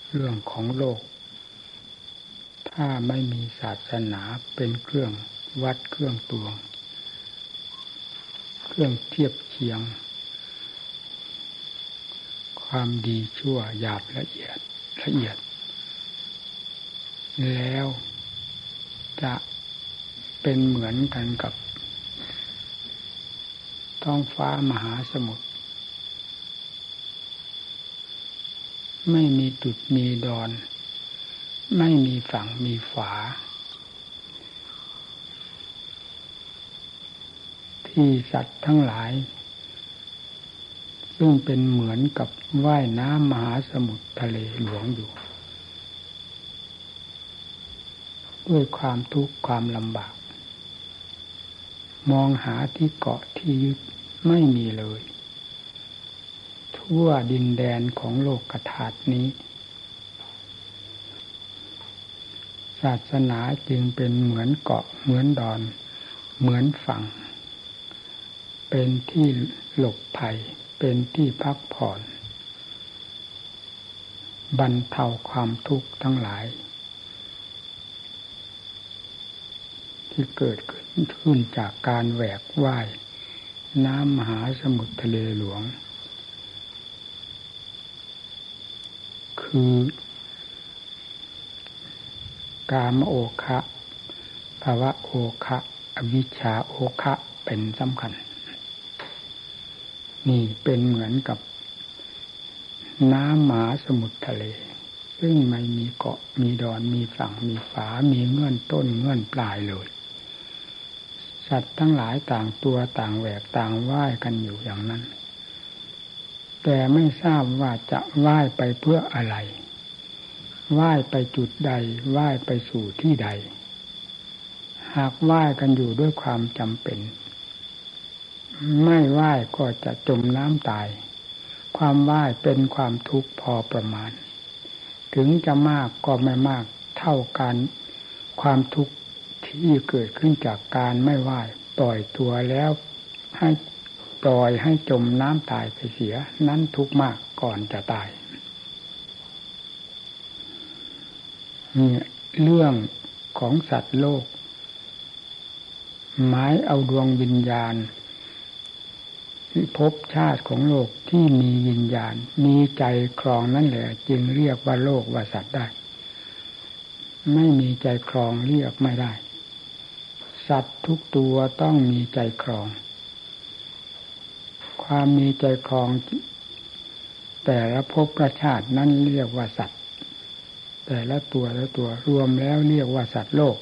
เรื่องของโลกถ้าไม่มีศาสนาเป็นเครื่องวัดเครื่องตวงเครื่องเทียบเคียงความดีชั่วหยาบละเอียดแล้วจะเป็นเหมือนกันกับท้องฟ้ามหาสมุทรไม่มีจุดมีดอนไม่มีฝั่งมีฝาที่สัตว์ทั้งหลายซึ่งเป็นเหมือนกับว่ายน้ำมหาสมุทรทะเลหลวงอยู่ด้วยความทุกข์ความลำบากมองหาที่เกาะที่ยึดไม่มีเลยทั่วดินแดนของโลกธาตุนี้ศาสนาจึงเป็นเหมือนเกาะเหมือนดอนเหมือนฝั่งเป็นที่หลบภัยเป็นที่พักผ่อนบรรเทาความทุกข์ทั้งหลายที่เกิดขึ้นจากการแหวกว่ายน้ำมหาสมุทรทะเลหลวงคือกามโอคะภวะโอคะอวิชชาโอคะเป็นสำคัญนี่เป็นเหมือนกับน้ำมหาสมุทรทะเลซึ่งไม่มีเกาะมีดอนมีฝั่งมีฝามีเงื่อนต้นเงื่อนปลายเลยสัตว์ทั้งหลายต่างตัวต่างแหวกต่างว่ายกันอยู่อย่างนั้นแต่ไม่ทราบว่าจะว่ายไปเพื่ออะไรว่ายไปจุดใดว่ายไปสู่ที่ใดหากว่ายกันอยู่ด้วยความจำเป็นไม่ว่ายก็จะจมน้ำตายความว่ายเป็นความทุกข์พอประมาณถึงจะมากก็ไม่มากเท่ากันความทุกข์ที่เกิดขึ้นจากการไม่ว่ายปล่อยตัวแล้วให้ปล่อยให้จมน้ำตายไปเสียนั้นทุกข์มากก่อนจะตายนี่เรื่องของสัตว์โลกหมายเอาดวงวิญญาณภพชาติของโลกที่มีวิญญาณมีใจครองนั่นแหละจึงเรียกว่าโลกว่าสัตว์ได้ไม่มีใจครองเรียกไม่ได้สัตว์ทุกตัวต้องมีใจครองความมีใจครองแต่ละภพชาตินั้นเรียกว่าสัตว์แต่ละตัวรวมแล้วเรียกว่าสัตว์โลก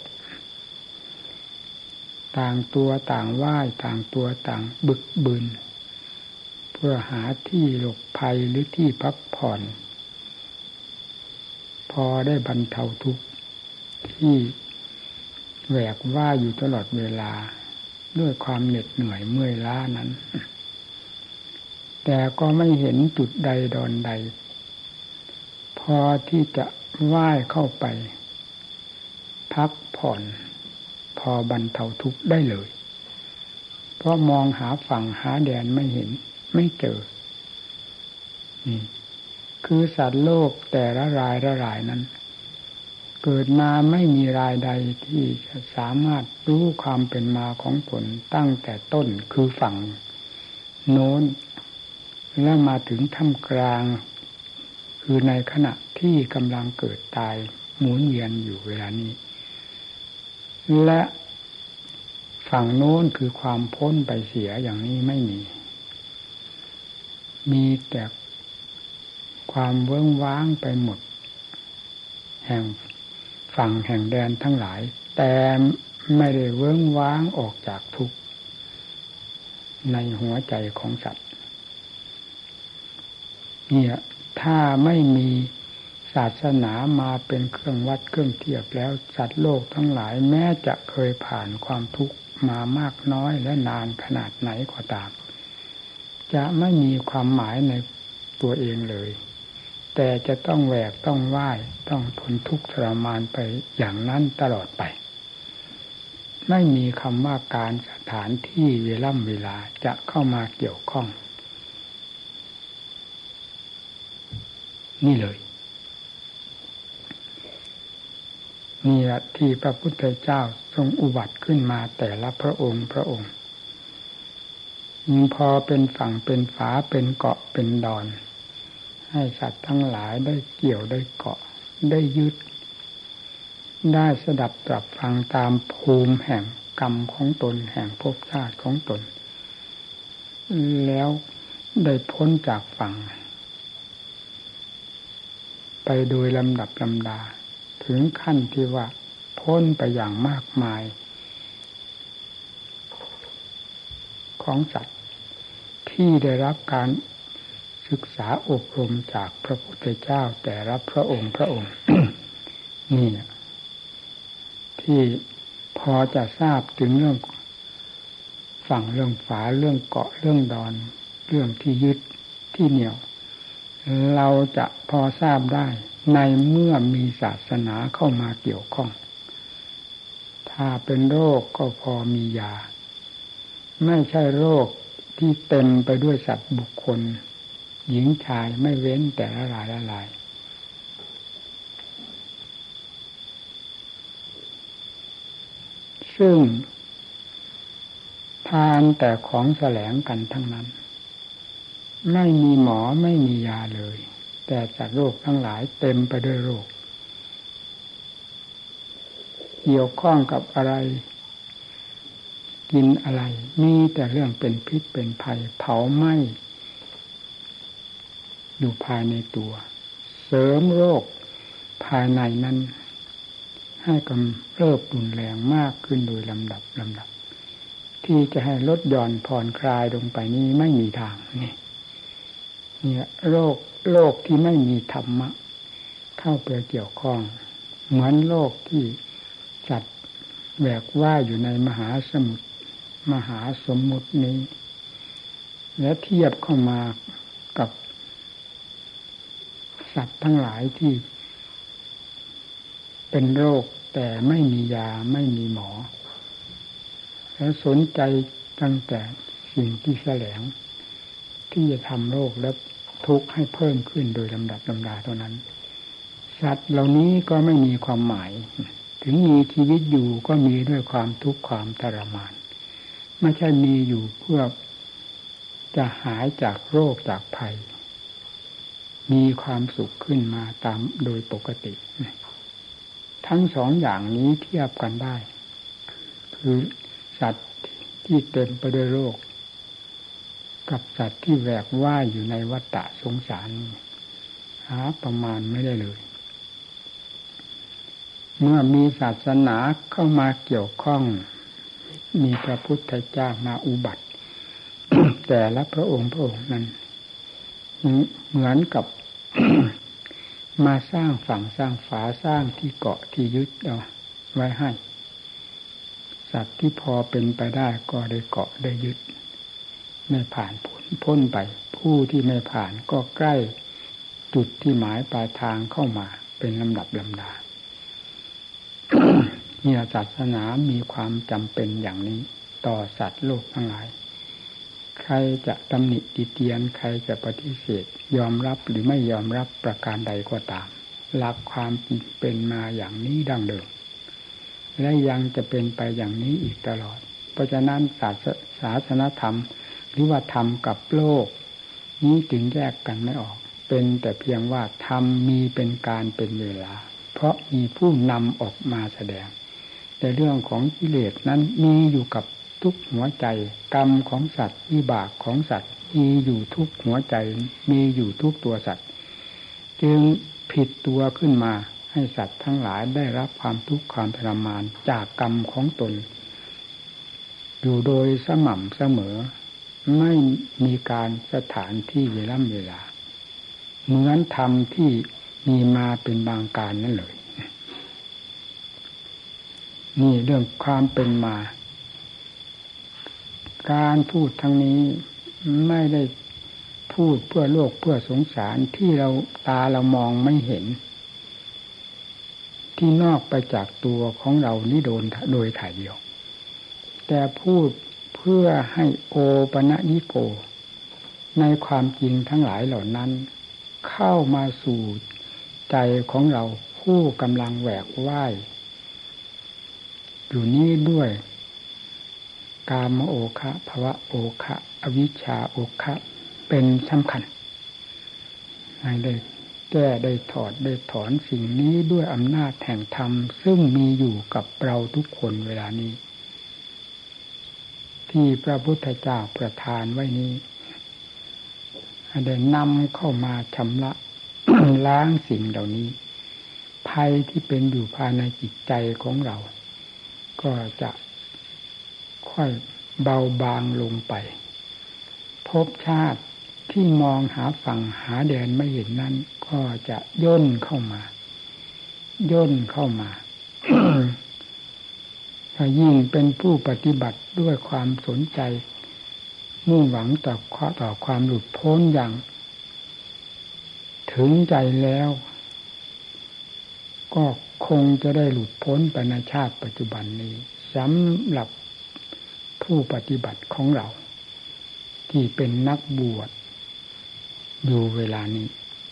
ต่างตัวต่างว่ายต่างตัวต่างบึกบึนเพื่อหาที่หลบภัยหรือที่พักผ่อนพอได้บรรเทาทุกข์ที่แหวกว่ายอยู่ตลอดเวลาด้วยความเหน็ดเหนื่อยเมื่อยล้านั้นแต่ก็ไม่เห็นจุดใดดอนใดพอที่จะว่ายเข้าไปพักผ่อนพอบรรเทาทุกข์ได้เลยเพราะมองหาฝั่งหาแดนไม่เห็นไม่เจอนี่คือสัตว์โลกแต่ละรายนั้นเกิดมาไม่มีรายใดที่จะสามารถรู้ความเป็นมาของผลตั้งแต่ต้นคือฝั่งโน้นแล้วมาถึงท่ามกลางคือในขณะที่กำลังเกิดตายหมุนเวียนอยู่เวลานี้และฝั่งโน้นคือความพ้นไปเสียอย่างนี้ไม่มีแต่ความเวิ้งว้างไปหมดแห่งฝั่งแห่งแดนทั้งหลายแต่ไม่ได้เวิ้งว้างออกจากทุกข์ในหัวใจของสัตว์เนี่ยถ้าไม่มีศาสนามาเป็นเครื่องวัดเครื่องเทียบแล้วสัตว์โลกทั้งหลายแม้จะเคยผ่านความทุกข์มามากน้อยและนานขนาดไหนก็ตามจะไม่มีความหมายในตัวเองเลยแต่จะต้องแหวกต้องว่ายต้องทนทุกข์ทรมานไปอย่างนั้นตลอดไปไม่มีคำว่าการสถานที่เวลาจะเข้ามาเกี่ยวข้องนี่เลยนี่แหละที่พระพุทธเจ้าทรงอุบัติขึ้นมาแต่ละพระองค์พอเป็นฝั่งเป็นฝาเป็นเกาะเป็นดอนให้สัตว์ทั้งหลายได้เกี่ยวได้เกาะได้ยึดได้สดับตรับฟังตามภูมิแห่งกรรมของตนแห่งภพชาติของตนแล้วได้พ้นจากฝั่งไปโดยลำดับลำดาถึงขั้นที่ว่าพ้นไปอย่างมากมายของสัตว์ที่ได้รับการศึกษาอบรมจากพระพุทธเจ้าแต่ละพระองค์ นี่ที่พอจะทราบถึงเรื่องฝั่งเรื่องฝาเรื่องเกาะเรื่องดอนเรื่องที่ยึดที่เหนี่ยวเราจะพอทราบได้ในเมื่อมีศาสนาเข้ามาเกี่ยวข้องถ้าเป็นโรคก็พอมียาไม่ใช่โรคที่เต็มไปด้วยสัตว์บุคคลหญิงชายไม่เว้นแต่ละรายซึ่งทานแต่ของแสลงกันทั้งนั้นไม่มีหมอไม่มียาเลยแต่จากโรคทั้งหลายเต็มไปด้วยโรคเกี่ยวข้องกับอะไรกินอะไรมีแต่เรื่องเป็นพิษเป็นภัยเผาไหม้อยู่ภายในตัวเสริมโรคภายในนั้นให้กำเริบรุนแรงมากขึ้นโดยลำดับที่จะให้ลดหย่อนผ่อนคลายลงไปนี้ไม่มีทางนี่โรคที่ไม่มีธรรมะเข้าไปเกี่ยวข้องเหมือนโรคที่จัดแหวกว่ายอยู่ในมหาสมุทรนี้และเทียบเข้ามากับสัตว์ทั้งหลายที่เป็นโรคแต่ไม่มียาไม่มีหมอแล้วสนใจตั้งแต่สิ่งที่แสลงที่จะทำโรคและทุกข์ให้เพิ่มขึ้นโดยลำดับลำดาเท่านั้นสัตว์เหล่านี้ก็ไม่มีความหมายถึงมีชีวิตอยู่ก็มีด้วยความทุกข์ความทรมานไม่ใช่มีอยู่เพื่อจะหายจากโรคจากภัยมีความสุขขึ้นมาตามโดยปกติทั้งสองอย่างนี้เทียบกันได้คือสัตว์ที่เต็มไปด้วยโรคกับสัตว์ที่แหวกว่ายอยู่ในวัฏสงสารหาประมาณไม่ได้เลยเมื่อมีศาสนาเข้ามาเกี่ยวข้องมีพระพุทธเจ้ามาอุบัติ แต่ละพระองค์นั้นเหมือนกับ มาสร้างฝั่งสร้างฝาสร้างที่เกาะที่ยึดเอาไว้ให้สัตว์ที่พอเป็นไปได้ก็ได้เกาะได้ยึดไม่ผ่านพ้นไปผู้ที่ไม่ผ่านก็ใกล้จุดที่หมายปลายทางเข้ามาเป็นลำดับลำดา เนี่ยศาสนามีความจำเป็นอย่างนี้ต่อสัตว์โลกทั้งหลายใครจะตำหนิติเตียนใครจะปฏิเสธยอมรับหรือไม่ยอมรับประการใดก็ตามหลักความเป็นมาอย่างนี้ดั้งเดิมและยังจะเป็นไปอย่างนี้อีกตลอดเพราะฉะนั้นศาสนธรรมหรือว่าธรรมกับโลกนี้จึงแยกกันไม่ออกเป็นแต่เพียงว่าธรรมมีเป็นการเป็นเวลาเพราะมีผู้นำออกมาแสดงแต่เรื่องของกิเลสนั้นมีอยู่กับทุกหัวใจกรรมของสัตว์วิบากของสัตว์มีอยู่ทุกหัวใจมีอยู่ทุกตัวสัตว์จึงผิดตัวขึ้นมาให้สัตว์ทั้งหลายได้รับความทุกข์ความทรมานจากกรรมของตนอยู่โดยสม่ำเสมอไม่มีการสถานที่เวลาเหมือนธรรมที่มีมาเป็นบางการนั่นเลยนี่เรื่องความเป็นมาการพูดทั้งนี้ไม่ได้พูดเพื่อโลกเพื่อสงสารที่ตาเรามองไม่เห็นที่นอกไปจากตัวของเรานี่โดยถ่ายเดียวแต่พูดเพื่อให้โอปนญิโกในความจริงทั้งหลายเหล่านั้นเข้ามาสู่ใจของเราผู้กำลังแหวกว่ายอยู่นี้ด้วยกามโอคะภวะโอคะอวิชชาโอคะเป็นสำคัญให้ได้แก้ได้ถอดได้ถอนสิ่งนี้ด้วยอำนาจแห่งธรรมซึ่งมีอยู่กับเราทุกคนเวลานี้ที่พระพุทธเจ้าประทานไว้นี้ให้ได้นำเข้ามาชำระ ล้างสิ่งเหล่านี้ภัยที่เป็นอยู่ภายในจิตใจของเราก็จะค่อยเบาบางลงไปภพชาติที่มองหาฝั่งหาแดนไม่เห็นนั้นก็จะย่นเข้ามา ถ้ายิ่งเป็นผู้ปฏิบัติด้วยความสนใจมุ่งหวังต่อความหลุดพ้นอย่างถึงใจแล้วก็คงจะได้หลุดพ้นไปในชาติปัจจุบันนี้สำหรับผู้ปฏิบัติของเราที่เป็นนักบวชอยู่เวลานี้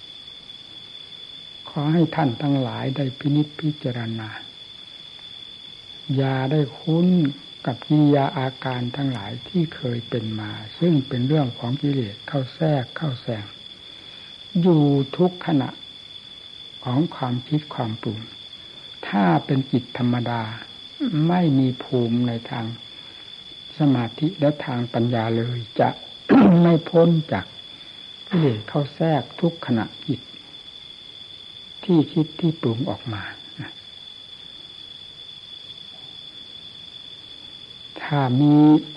ขอให้ท่านทั้งหลายได้พินิจพิจารณาอย่าได้คุ้นกับกิริยาอาการทั้งหลายที่เคยเป็นมาซึ่งเป็นเรื่องของกิเลสเข้าแทรกเข้าแซงอยู่ทุกขณะของความคิดความปรุงถ้าเป็นจิตธรรมดาไม่มีภูมิในทางสมาธิและทางปัญญาเลยจะ ไม่พ้นจากกิเลสเข้าแทรกทุกขณะจิตที่คิดที่ปรุงออกมาถ้ามี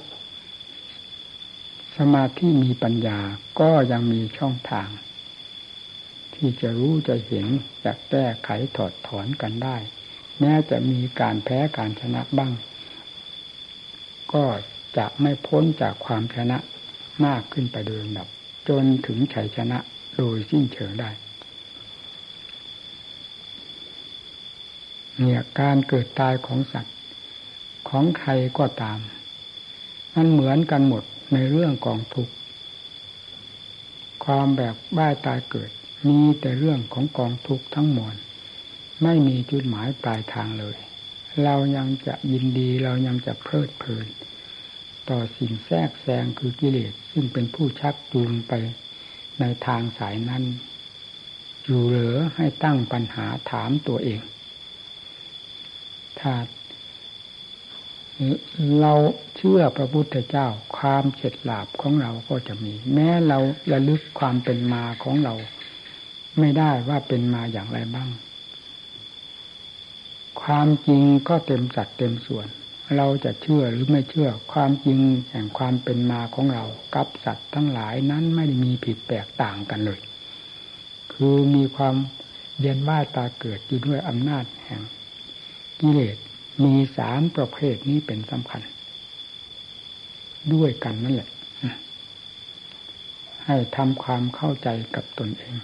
สมาธิมีปัญญาก็ยังมีช่องทางที่จะรู้จะเห็นจะแก้ไขถอดถอนกันได้แม้จะมีการแพ้การชนะบ้างก็จะไม่พ้นจากความชนะมากขึ้นไปโดยลำดับจนถึงชัยชนะโดยสิ้นเชิงได้เนี่ยการเกิดตายของสัตว์ของใครก็ตามมันเหมือนกันหมดในเรื่องของทุกข์ความแบบบ้าตายเกิดมีแต่เรื่องของกองทุกข์ทั้งมวลไม่มีจุดหมายปลายทางเลยเรายังจะยินดีเรายังจะเพลิดเพลินต่อสิ่งแทรกแซงคือกิเลสซึ่งเป็นผู้ชักจูงไปในทางสายนั้นอยู่หรือให้ตั้งปัญหาถามตัวเองถ้าเราเชื่อพระพุทธเจ้าความเฉลิมฉลาภของเราก็จะมีแม้เราระลึกความเป็นมาของเราไม่ได้ว่าเป็นมาอย่างไรบ้างความจริงก็เต็มสัดเต็มส่วนเราจะเชื่อหรือไม่เชื่อความจริงแห่งความเป็นมาของเรากับสัตว์ทั้งหลายนั้นไม่ได้มีผิดแปลกต่างกันเลยคือมีความเวียนว่ายตายเกิดอยู่ด้วยอำนาจแห่งกิเลสมี3ประเภทนี้เป็นสำคัญด้วยกันนั่นแหละให้ทำความเข้าใจกับตนเอง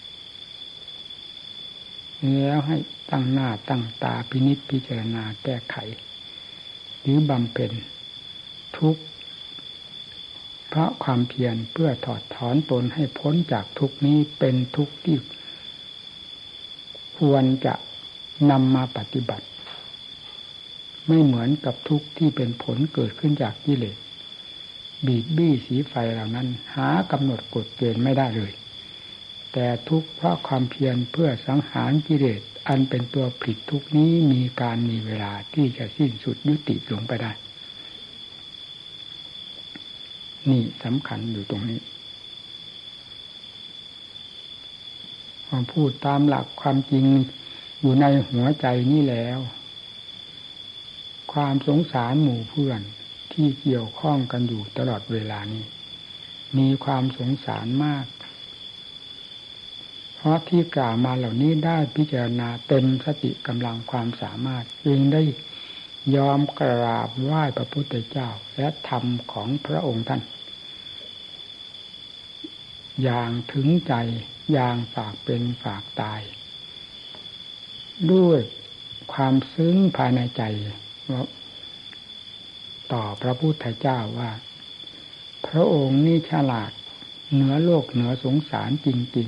แล้วให้ตั้งหน้าตั้งตาพินิจพิจารณาแก้ไขหรือบำเพ็ญทุกข์เพราะความเพียรเพื่อถอดถอนตนให้พ้นจากทุกข์นี้เป็นทุกข์ที่ควรจะนำมาปฏิบัติไม่เหมือนกับทุกข์ที่เป็นผลเกิดขึ้นจากกิเลสบีบบี้สีไฟเหล่านั้นหากำหนดกฎเกณฑ์ไม่ได้เลยแต่ทุกข์เพราะความเพียรเพื่อสังหารกิเลสอันเป็นตัวผลิตทุกข์นี้มีการมีเวลาที่จะสิ้นสุดยุติลงไปได้นี่สำคัญอยู่ตรงนี้พอพูดตามหลักความจริงอยู่ในหัวใจนี่แล้วความสงสารหมู่เพื่อนที่เกี่ยวข้องกันอยู่ตลอดเวลานี้มีความสงสารมากเพราะที่กล่าวมาเหล่านี้ได้พิจารณาเต็มสติกำลังความสามารถจึงได้ยอมกราบไหว้พระพุทธเจ้าและธรรมของพระองค์ท่านอย่างถึงใจอย่างฝากเป็นฝากตายด้วยความซึ้งภายในใจต่อพระพุทธเจ้าว่าพระองค์นี่ฉลาดเหนือโลกเหนือสงสารจริง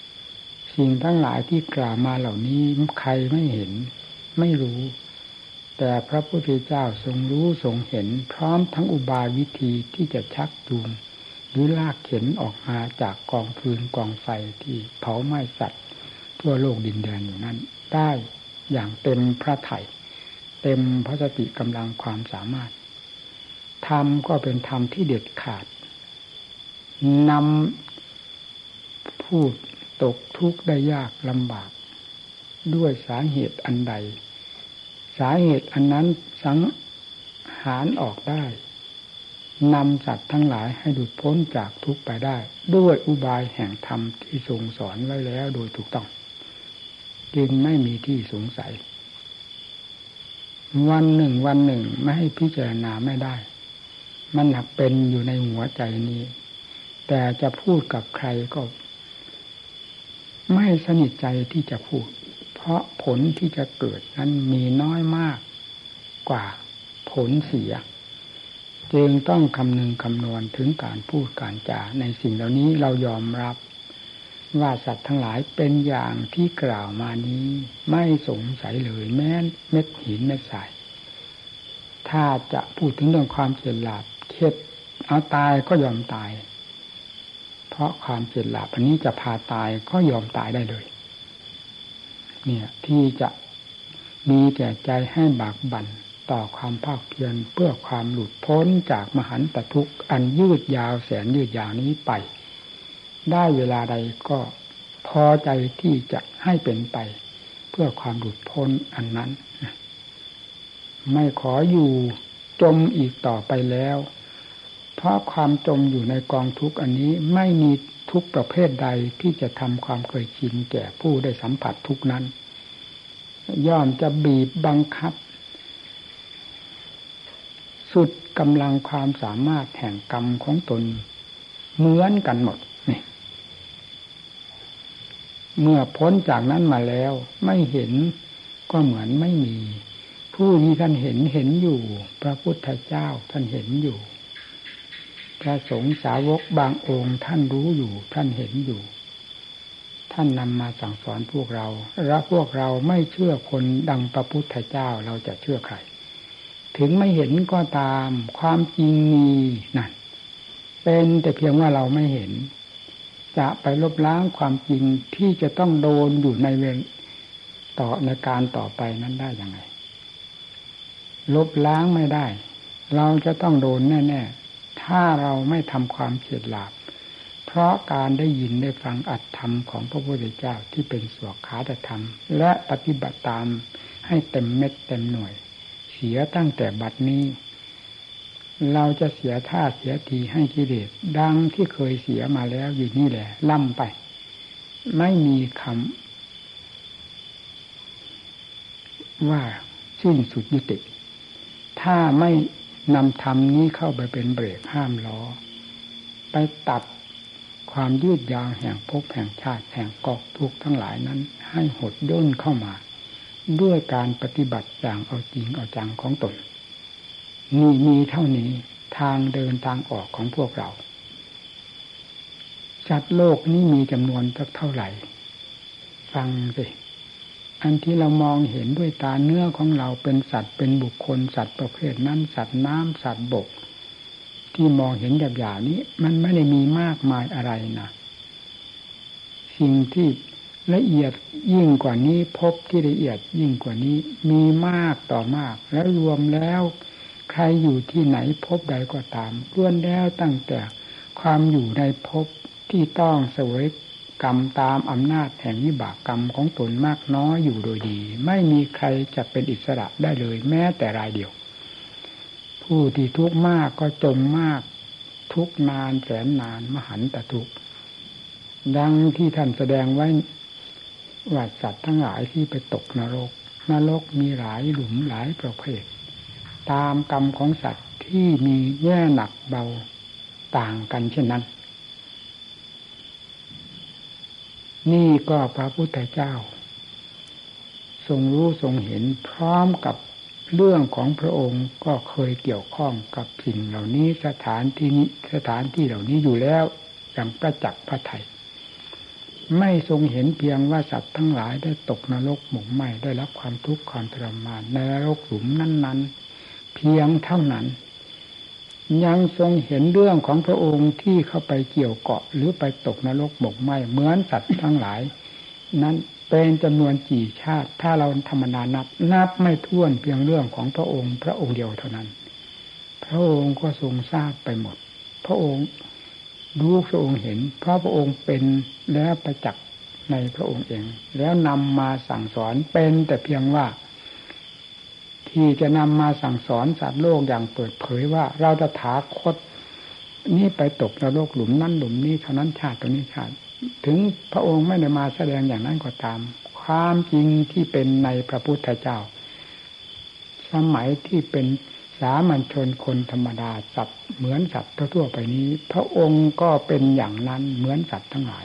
ๆสิ่งทั้งหลายที่กล่าวมาเหล่านี้ใครไม่เห็นไม่รู้แต่พระพุทธเจ้าทรงรู้ทรงเห็นพร้อมทั้งอุบายวิธีที่จะชักจูงหรือลากเข็นออกมาจากกองฟืนกองไฟที่เผาไหม้สัตว์ทั่วโลกดินแดนอยู่นั้นได้อย่างเต็มพระทัยเต็มพระสติกำลังความสามารถธรรมก็เป็นธรรมที่เด็ดขาดนำผู้ตกทุกข์ได้ยากลำบากด้วยสาเหตุอันใดสาเหตุอันนั้นสังหารออกได้นำสัตว์ทั้งหลายให้หลุดพ้นจากทุกข์ไปได้ด้วยอุบายแห่งธรรมที่ทรงสอนไว้แล้วโดยถูกต้องจึงไม่มีที่สงสัยวันหนึ่งไม่ให้พิจารณาไม่ได้มันหนักเป็นอยู่ในหัวใจนี้แต่จะพูดกับใครก็ไม่สนิทใจที่จะพูดเพราะผลที่จะเกิดนั้นมีน้อยมากกว่าผลเสียจึงต้องคำนึงคำนวณถึงการพูดการจาในสิ่งเหล่านี้เรายอมรับว่าสัตว์ทั้งหลายเป็นอย่างที่กล่าวมานี้ไม่สงสัยเลยแม้เม็ดหินเม็ดทรายถ้าจะพูดถึงเรื่องความเฉลียวเข็ดเอาตายก็ยอมตายเพราะความเฉลียวอันนี้จะพาตายก็ยอมตายได้เลยเนี่ยที่จะมีแก่ใจให้บากบั่นต่อความภาคเพียรเพื่อความหลุดพ้นจากมหันตทุกข์อันยืดยาวแสนยืดยาวนี้ไปได้เวลาใดก็พอใจที่จะให้เป็นไปเพื่อความหลุดพ้นอันนั้นไม่ขออยู่จมอีกต่อไปแล้วเพราะความจมอยู่ในกองทุกข์อันนี้ไม่มีทุกประเภทใดที่จะทำความเคยชินแก่ผู้ได้สัมผัสทุกนั้นย่อมจะบีบบังคับสุดกำลังความสามารถแห่งกรรมของตนเหมือนกันหมดนี่เมื่อพ้นจากนั้นมาแล้วไม่เห็นก็เหมือนไม่มีผู้นี้ท่านเห็นอยู่พระพุทธเจ้าท่านเห็นอยู่พระสงฆ์สาวกบางองค์ท่านรู้อยู่ท่านเห็นอยู่ท่านนำมาสั่งสอนพวกเราและพวกเราไม่เชื่อคนดังพระพุทธเจ้าเราจะเชื่อใครถึงไม่เห็นก็ตามความจริงมีนั่นเป็นแต่เพียงว่าเราไม่เห็นจะไปลบล้างความจริงที่จะต้องโดนอยู่ในเวรต่อในการต่อไปนั้นได้ยังไงลบล้างไม่ได้เราจะต้องโดนแน่ๆถ้าเราไม่ทำความเฉลียวเพราะการได้ยินได้ฟังอัตธรรมของพระพุทธเจ้าที่เป็นสวขาตธรรมและปฏิบัติตามให้เต็มเม็ดเต็มหน่วยเสียตั้งแต่บัดนี้เราจะเสียท่าเสียทีให้กิเลสดังที่เคยเสียมาแล้วอยู่นี่แหละล่ำไปไม่มีคำว่าสิ้นสุดยุติถ้าไม่นำธรรมนี้เข้าไปเป็นเบรกห้ามล้อไปตัดความยืดยาวแห่งภพแห่งชาติแห่งกองทุกข์ทั้งหลายนั้นให้หดย่นเข้ามาด้วยการปฏิบัติอย่างเอาจริงเอาจังของตนนี่มีเท่านี้ทางเดินทางออกของพวกเราสัตว์โลกนี้มีจำนวนเท่าไหร่ฟังสิอันที่เรามองเห็นด้วยตาเนื้อของเราเป็นสัตว์เป็นบุคคลสัตว์ประเภทนั้นสัตว์น้ำสัตว์บกที่มองเห็นหยาบๆนี้มันไม่ได้มีมากมายอะไรนะสิ่งที่ละเอียดยิ่งกว่านี้พบที่ละเอียดยิ่งกว่านี้มีมากต่อมากแล้วรวมแล้วใครอยู่ที่ไหนพบใดก็ตามล้วนแล้วตั้งแต่ความอยู่ในภพที่ต้องเสวยกรรมตามอำนาจแห่งวิบากกรรมของตนมากน้อยอยู่โดยดีไม่มีใครจะเป็นอิสระได้เลยแม้แต่รายเดียวผู้ที่ทุกข์มากก็จมมากทุกข์นานแสนนานมหันตทุกข์ดังที่ท่านแสดงไว้ว่าสัตว์ทั้งหลายที่ไปตกนรกมีหลายหลุมหลายประเภทตามกรรมของสัตว์ที่มีแย่หนักเบาต่างกันเช่นนั้นนี่ก็พระพุทธเจ้าทรงรู้ทรงเห็นพร้อมกับเรื่องของพระองค์ก็เคยเกี่ยวข้องกับสิ่งเหล่านี้สถานที่เหล่านี้อยู่แล้วอย่างประจักษ์พระทัยไม่ทรงเห็นเพียงว่าสัตว์ทั้งหลายได้ตกนรกหมกไหม้ได้รับความทุกข์ความทรมานในนรกหลุมนั้นๆเพียงเท่านั้นยังทรงเห็นเรื่องของพระองค์ที่เข้าไปเกี่ยวเกาะหรือไปตกนรกหมกไหม้เหมือนสัตว์ทั้งหลายนั้นเป็นจำนวนกี่ชาติถ้าเราธรรมดานับไม่ถ้วนเพียงเรื่องของพระองค์เดียวเท่านั้นพระองค์ก็ทรงทราบไปหมดพระองค์รู้พระองค์เห็นเพราะพระองค์เป็นแล้วประจักษ์ในพระองค์เองแล้วนำมาสั่งสอนเป็นแต่เพียงว่าที่จะนำมาสั่งสอนสัตว์โลกอย่างเปิดเผยว่าเราจะถาคตนี่ไปตกนรกหลุมนั้นหลุมนี้เท่านั้นชาติตัวนี้ชาติถึงพระองค์ไม่ได้มาแสดงอย่างนั้นก็ตามความจริงที่เป็นในพระพุทธเจ้าสมัยที่เป็นสามัญชนคนธรรมดาสัตว์เหมือนสัตว์ทั่วไปนี้พระองค์ก็เป็นอย่างนั้นเหมือนสัตว์ทั้งหลาย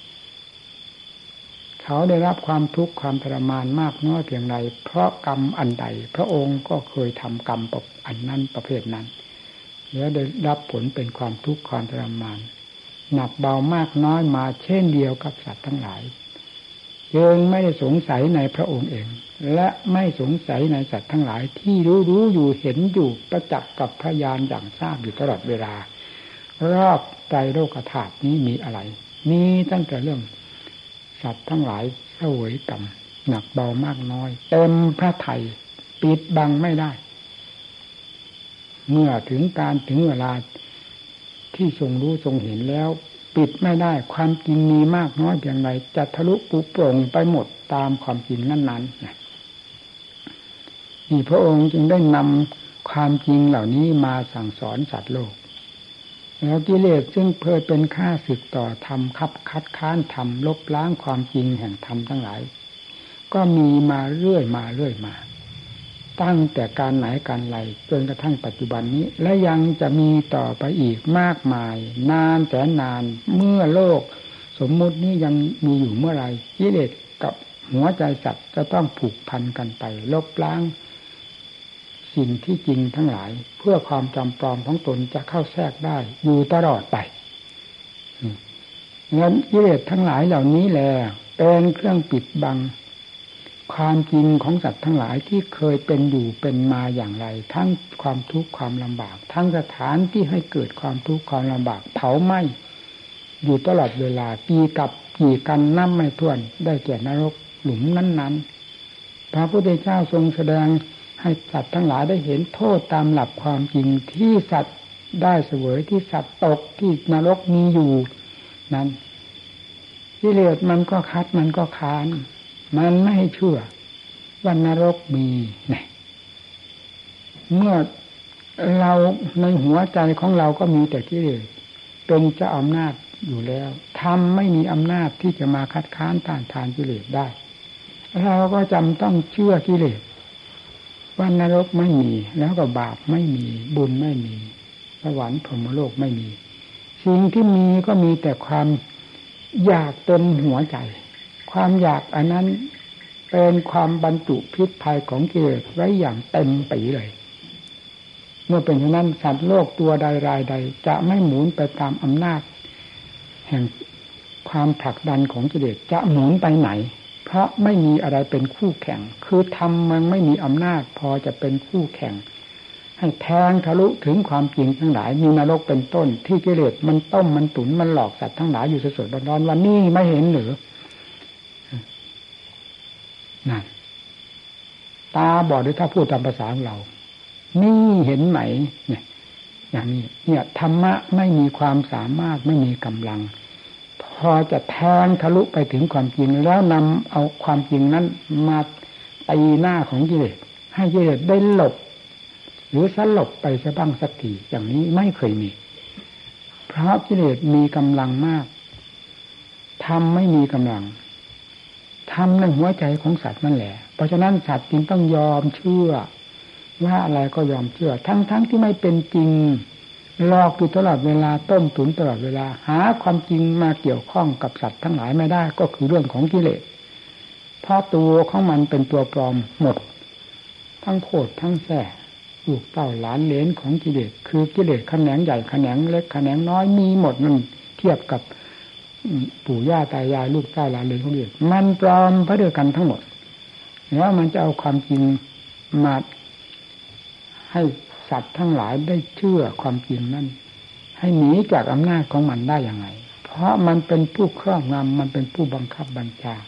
เขาได้รับความทุกข์ความทรมานมากน้อยเพียงไรเพราะกรรมอันใดพระองค์ก็เคยทำกรรมอันนั้นประเภทนั้นแล้วได้รับผลเป็นความทุกข์ความทรมานหนักเบามากน้อยมาเช่นเดียวกับสัตว์ทั้งหลายยังไม่ได้สงสัยในพระองค์เองและไม่สงสัยในสัตว์ทั้งหลายที่รู้อยู่เห็นอยู่ประจักษ์กับพยานอย่างทราบอยู่ตลอดเวลารอบใจโลกธาตุนี้มีอะไรนี้ตั้งแต่เรื่องสัตว์ทั้งหลายเสวยกรรมหนักเบามากน้อยเต็มพระทัยปิดบังไม่ได้เมื่อถึงเวลาที่ทรงรู้ทรงเห็นแล้วปิดไม่ได้ความจริงมีมากน้อยเพียงไรจะทะลุปุโปร่งไปหมดตามความจริงนั้นๆนี่พระองค์จึงได้นำความจริงเหล่านี้มาสั่งสอนสัตว์โลกแล้วกิเลสซึ่งเคยเป็นข้าศึกต่อธรรมคัดค้านธรรมลบล้างความจริงแห่งธรรมทั้งหลายก็มีมาเรื่อยมาตั้งแต่การไหนการไรจนกระทั่งปัจจุบันนี้และยังจะมีต่อไปอีกมากมายนานแสนนานเมื่อโลกสมมุตินี้ยังมีอยู่เมื่อไรกิเลสกับหัวใจสัตว์จะต้องผูกพันกันไปลบล้างสิ่งที่จริงทั้งหลายเพื่อความจำปลอมของตนจะเข้าแทรกได้อยู่ตลอดไปงั้นกิเลสทั้งหลายเหล่านี้แหละเป็นเครื่องปิดบังความจริงของสัตว์ทั้งหลายที่เคยเป็นอยู่เป็นมาอย่างไรทั้งความทุกข์ความลำบากทั้งสถานที่ให้เกิดความทุกข์ความลำบากเผาไหม้อยู่ตลอดเวลากี่กันนับไม่ถ้วนได้แก่นรกหลุมนั้นๆพระพุทธเจ้าทรงแสดงให้สัตว์ทั้งหลายได้เห็นโทษตามหลักความจริงที่สัตว์ได้เสวยที่สัตว์ตกที่นรกมีอยู่นั้นกิเลสมันก็คัดมันก็ค้านมันไม่ให้เชื่อว่านรกมีเนี่ยเมื่อเราในหัวใจของเราก็มีแต่กิเลสเป็นเจ้าอำนาจอยู่แล้วธรรมไม่มีอำนาจที่จะมาคัดค้านต้านทานกิเลสได้เราก็จำต้องเชื่อกิเลสว่านรกไม่มีแล้วก็บาปไม่มีบุญไม่มีสวรรค์พรหมโลกไม่มีสิ่งที่มีก็มีแต่ความอยากเต็มหัวใจความอยากอันนั้นเป็นความบรรจุพิษภัยของกิเลสไว้อย่างเต็มปีเลยเมื่อเป็นเช่นนั้นสัตว์โลกตัวใดรายใดจะไม่หมุนไปตามอำนาจแห่งความผลักดันของกิเลสจะหมุนไปไหนเพราะไม่มีอะไรเป็นคู่แข่งคือธรรมมันไม่มีอำนาจพอจะเป็นคู่แข่งให้แทงทะลุถึงความจริงทั้งหลายมีนรกเป็นต้นที่กิเลสมันต้มมันตุ๋นมันหลอกสัตว์ทั้งหลายอยู่สดๆร้อนๆวันนี้ไม่เห็นหรือนั่นตาบอดหรือถ้าพูดตามภาษาของเรานี่เห็นไหมเนี่ยอย่างนี้เนี่ยธรรมะไม่มีความสามารถไม่มีกำลังพอจะแทงทะลุไปถึงความจริงแล้วนำเอาความจริงนั้นมาตีหน้าของกิเลสให้กิเลสได้หลบหรือสลบไปซะบ้างสักทีอย่างนี้ไม่เคยมีเพราะกิเลสมีกำลังมากธรรมไม่มีกำลังธรรมในหัวใจของสัตว์นั่นแหละเพราะฉะนั้นสัตว์จึงต้องยอมเชื่อว่าอะไรก็ยอมเชื่อทั้งที่ไม่เป็นจริงหลอกอยู่ตลอดเวลาต้มตุ๋นตลอดเวลาหาความจริงมาเกี่ยวข้องกับสัตว์ทั้งหลายไม่ได้ก็คือเรื่องของกิเลสเพราะตัวของมันเป็นตัวปลอมหมดทั้งโพดทั้งแส่ลูกเต้าหลานเหลนของกิเลสคือกิเลสแขนงใหญ่แขนงเล็กแขนงน้อยมีหมดนั่นเทียบกับปู่ย่าตายายลูกเต้าหลานเหลนของเด็กมันปลอมไปด้วยกันทั้งหมดแล้วมันจะเอาความจริงมาให้สัตว์ทั้งหลายได้เชื่อความจริงนั้นให้หนีจากอำนาจของมันได้อย่างไรเพราะมันเป็นผู้ครอบงำมันเป็นผู้บังคับบัญชา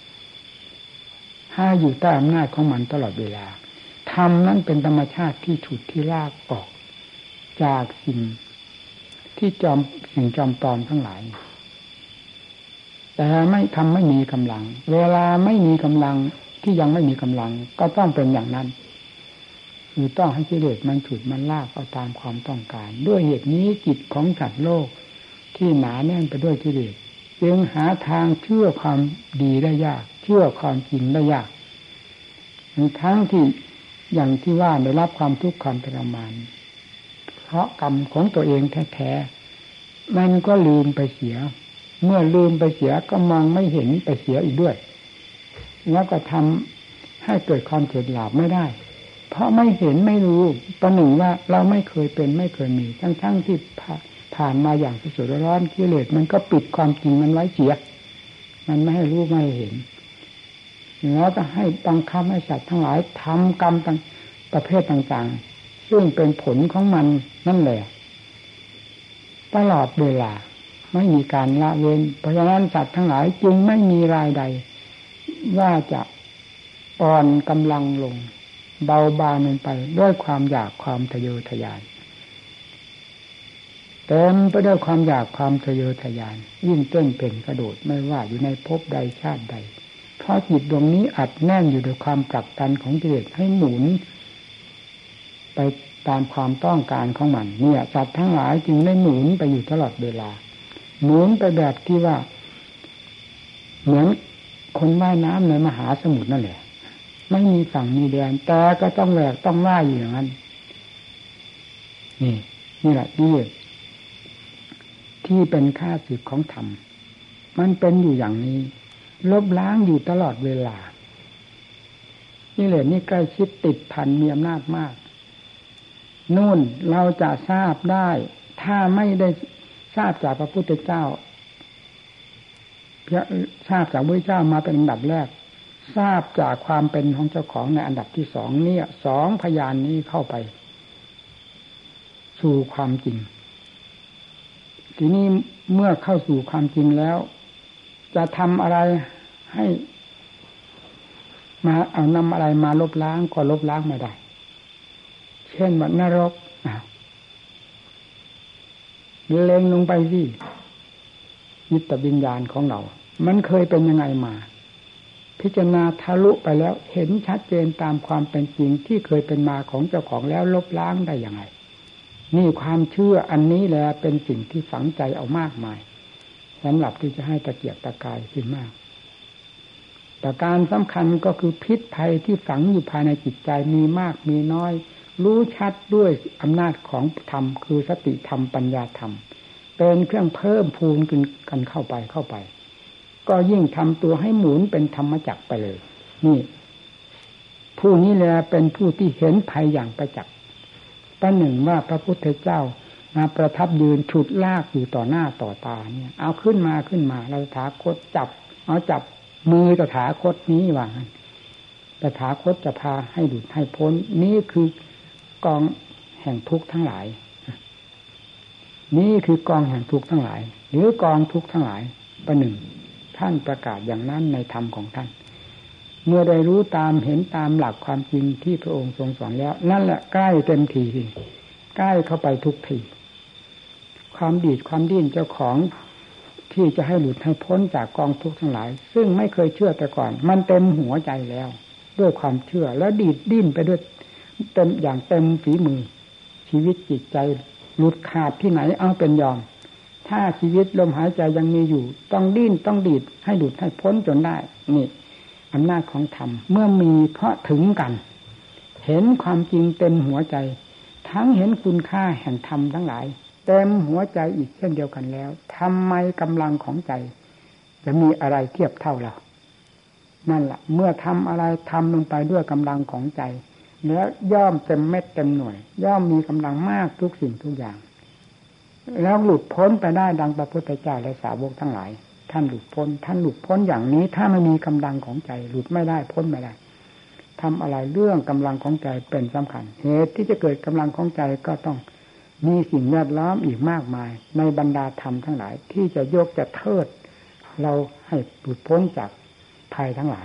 ให้อยู่ใต้อำนาจของมันตลอดเวลาธรรมนั้นเป็นธรรมชาติที่ฉุดที่ลากออกจากสิ่งที่จอมปลอมทั้งหลายแต่ไม่มีกำลังเวลาไม่มีกำลังที่ยังไม่มีกำลังก็ต้องเป็นอย่างนั้นคือต้องให้กิเลสมันฉุดมันลากเอาตามความต้องการด้วยเหตุนี้จิตของสัตว์โลกที่หนาแน่นไปด้วยกิเลสจึงหาทางเชื่อความดีได้ยากเชื่อความจริงได้ยากทั้งที่อย่างที่ว่าได้รับความทุกข์ความทรมานเพราะกรรมของตัวเองแท้ๆมันก็ลืมไปเสียเมื่อลืมไปเสียก็มองไม่เห็นไปเสียอีกด้วยแล้วก็ทำให้เกิดความเฉลียวฉลาดไม่ได้เพราะไม่เห็นไม่รู้ประหนึ่งว่าเราไม่เคยเป็นไม่เคยมีทั้งที่ผ่านมาอย่างสุดๆร้อนกิเลสมันก็ปิดความจริงมันไว้เสียมันไม่ให้รู้ไม่ให้เห็นแล้วก็ให้บังคับให้สัตว์ทั้งหลายทำกรรมต่างประเภทต่างๆซึ่งเป็นผลของมันนั่นแหละตลอดเวลาไม่มีการละเว้นเพราะฉะนั้นสัตว์ทั้งหลายจึงไม่มีรายใดว่าจะอ่อนกำลังลงเบาบางลงไปด้วยความอยากความทะเยอทะยานเต็มไปด้วยความอยากความทะเยอทะยานยิ่งเต้นเป็นกระโดดไม่ว่าอยู่ในภพใดชาติใดเพราะจิตดวงนี้อัดแน่นอยู่ด้วยความผลักดันของกิเลสให้หมุนไปตามความต้องการของมันเนี่ยสัตว์ทั้งหลายจึงได้หมุนไปอยู่ตลอดเวลาหมุนไปแบบที่ว่าเหมือนคนว่ายน้ำในมหาสมุทรนั่นแหละไม่มีฝั่งมีแดนแต่ก็ต้องแหวกต้องว่ายอยู่อย่างนั้นนี่แหละที่เป็นค่าศึกของธรรมมันเป็นอยู่อย่างนี้ลบล้างอยู่ตลอดเวลานี่แหละนี่ใกล้ชิดติดพันมีอำนาจมากนู่นเราจะทราบได้ถ้าไม่ได้ทราบจากพระพุทธเจ้าทราบจากพระพุทธเจ้ามาเป็นอันดับแรกทราบจากความเป็นของเจ้าของในอันดับที่สองเนี่ยสองพยานนี้เข้าไปสู่ความจริงทีนี้เมื่อเข้าสู่ความจริงแล้วจะทำอะไรให้มาเอานำอะไรมาลบล้างก็ลบล้างไม่ได้เช่นว่านรกเล็งลงไปสิจิตวิญญาณของเรามันเคยเป็นยังไงมาพิจารณาทะลุไปแล้วเห็นชัดเจนตามความเป็นจริงที่เคยเป็นมาของเจ้าของแล้วลบล้างได้อย่างไรนี่ความเชื่ออันนี้แหละเป็นสิ่งที่ฝังใจเอามากมายสำหรับที่จะให้ตะเกียกตะกายขึ้นมากแต่การสำคัญก็คือพิษภัยที่ฝังอยู่ภายในจิตใจมีมากมีน้อยรู้ชัดด้วยอำนาจของธรรมคือสติธรรมปัญญาธรรมเป็นเครื่องเพิ่มพูนกันเข้าไปก็ยิ่งทำตัวให้หมุนเป็นธรรมจักรไปเลยนี่ผู้นี้แหละเป็นผู้ที่เห็นภัยอย่างประจักษ์ประหนึ่งว่าพระพุทธเจ้ามาประทับยืนฉุดลากอยู่ต่อหน้าต่อตาเนี่ยเอาขึ้นมาเราตถาคตจับมือตถาคตนี้ว่าตถาคตจะพาให้หลุดให้พ้นนี่คือกองแห่งทุกข์ทั้งหลายนี่คือกองแห่งทุกข์ทั้งหลายหรือกองทุกข์ทั้งหลายประหนึ่งท่านประกาศอย่างนั้นในธรรมของท่านเมื่อได้รู้ตามเห็นตามหลักความจริงที่พระองค์ทรงสอนแล้วนั่นแหละใกล้เต็มทีใกล้เข้าไปทุกทีความดีดความดิ้นเจ้าของที่จะให้หลุดให้พ้นจากกองทุกข์ทั้งหลายซึ่งไม่เคยเชื่อแต่ก่อนมันเต็มหัวใจแล้วด้วยความเชื่อแล้วดีดดิ้นไปด้วยเต็มอย่างเต็มฝีมือชีวิตจิตใจหลุดขาดที่ไหนเอาเป็นยอมถ้าชีวิตลมหายใจยังมีอยู่ต้องดิ้นต้องดีดให้หลุดให้พ้นจนได้นี่อำนาจของธรรมเมื่อมีเพราะถึงกันเห็นความจริงเต็มหัวใจทั้งเห็นคุณค่าแห่งธรรมทั้งหลายเต็มหัวใจอีกเช่นเดียวกันแล้วทำไมกำลังของใจจะมีอะไรเทียบเท่าเรานั่นแหละเมื่อทำอะไรทำลงไปด้วยกำลังของใจแล้วย่อมเต็มเม็ดเต็มหน่วยย่อมมีกำลังมากทุกสิ่งทุกอย่างแล้วหลุดพ้นไปได้ดังพระพุทธเจ้าและสาวกทั้งหลายท่านหลุดพ้นอย่างนี้ถ้าไม่มีกำลังของใจหลุดไม่ได้พ้นไม่ได้ทำอะไรเรื่องกำลังของใจเป็นสำคัญเหตุที่จะเกิดกำลังของใจก็ต้องมีสิ่งแวดล้อมอีกมากมายในบรรดาธรรมทั้งหลายที่จะยกจะเทิดเราให้หลุดพ้นจากภัยทั้งหลาย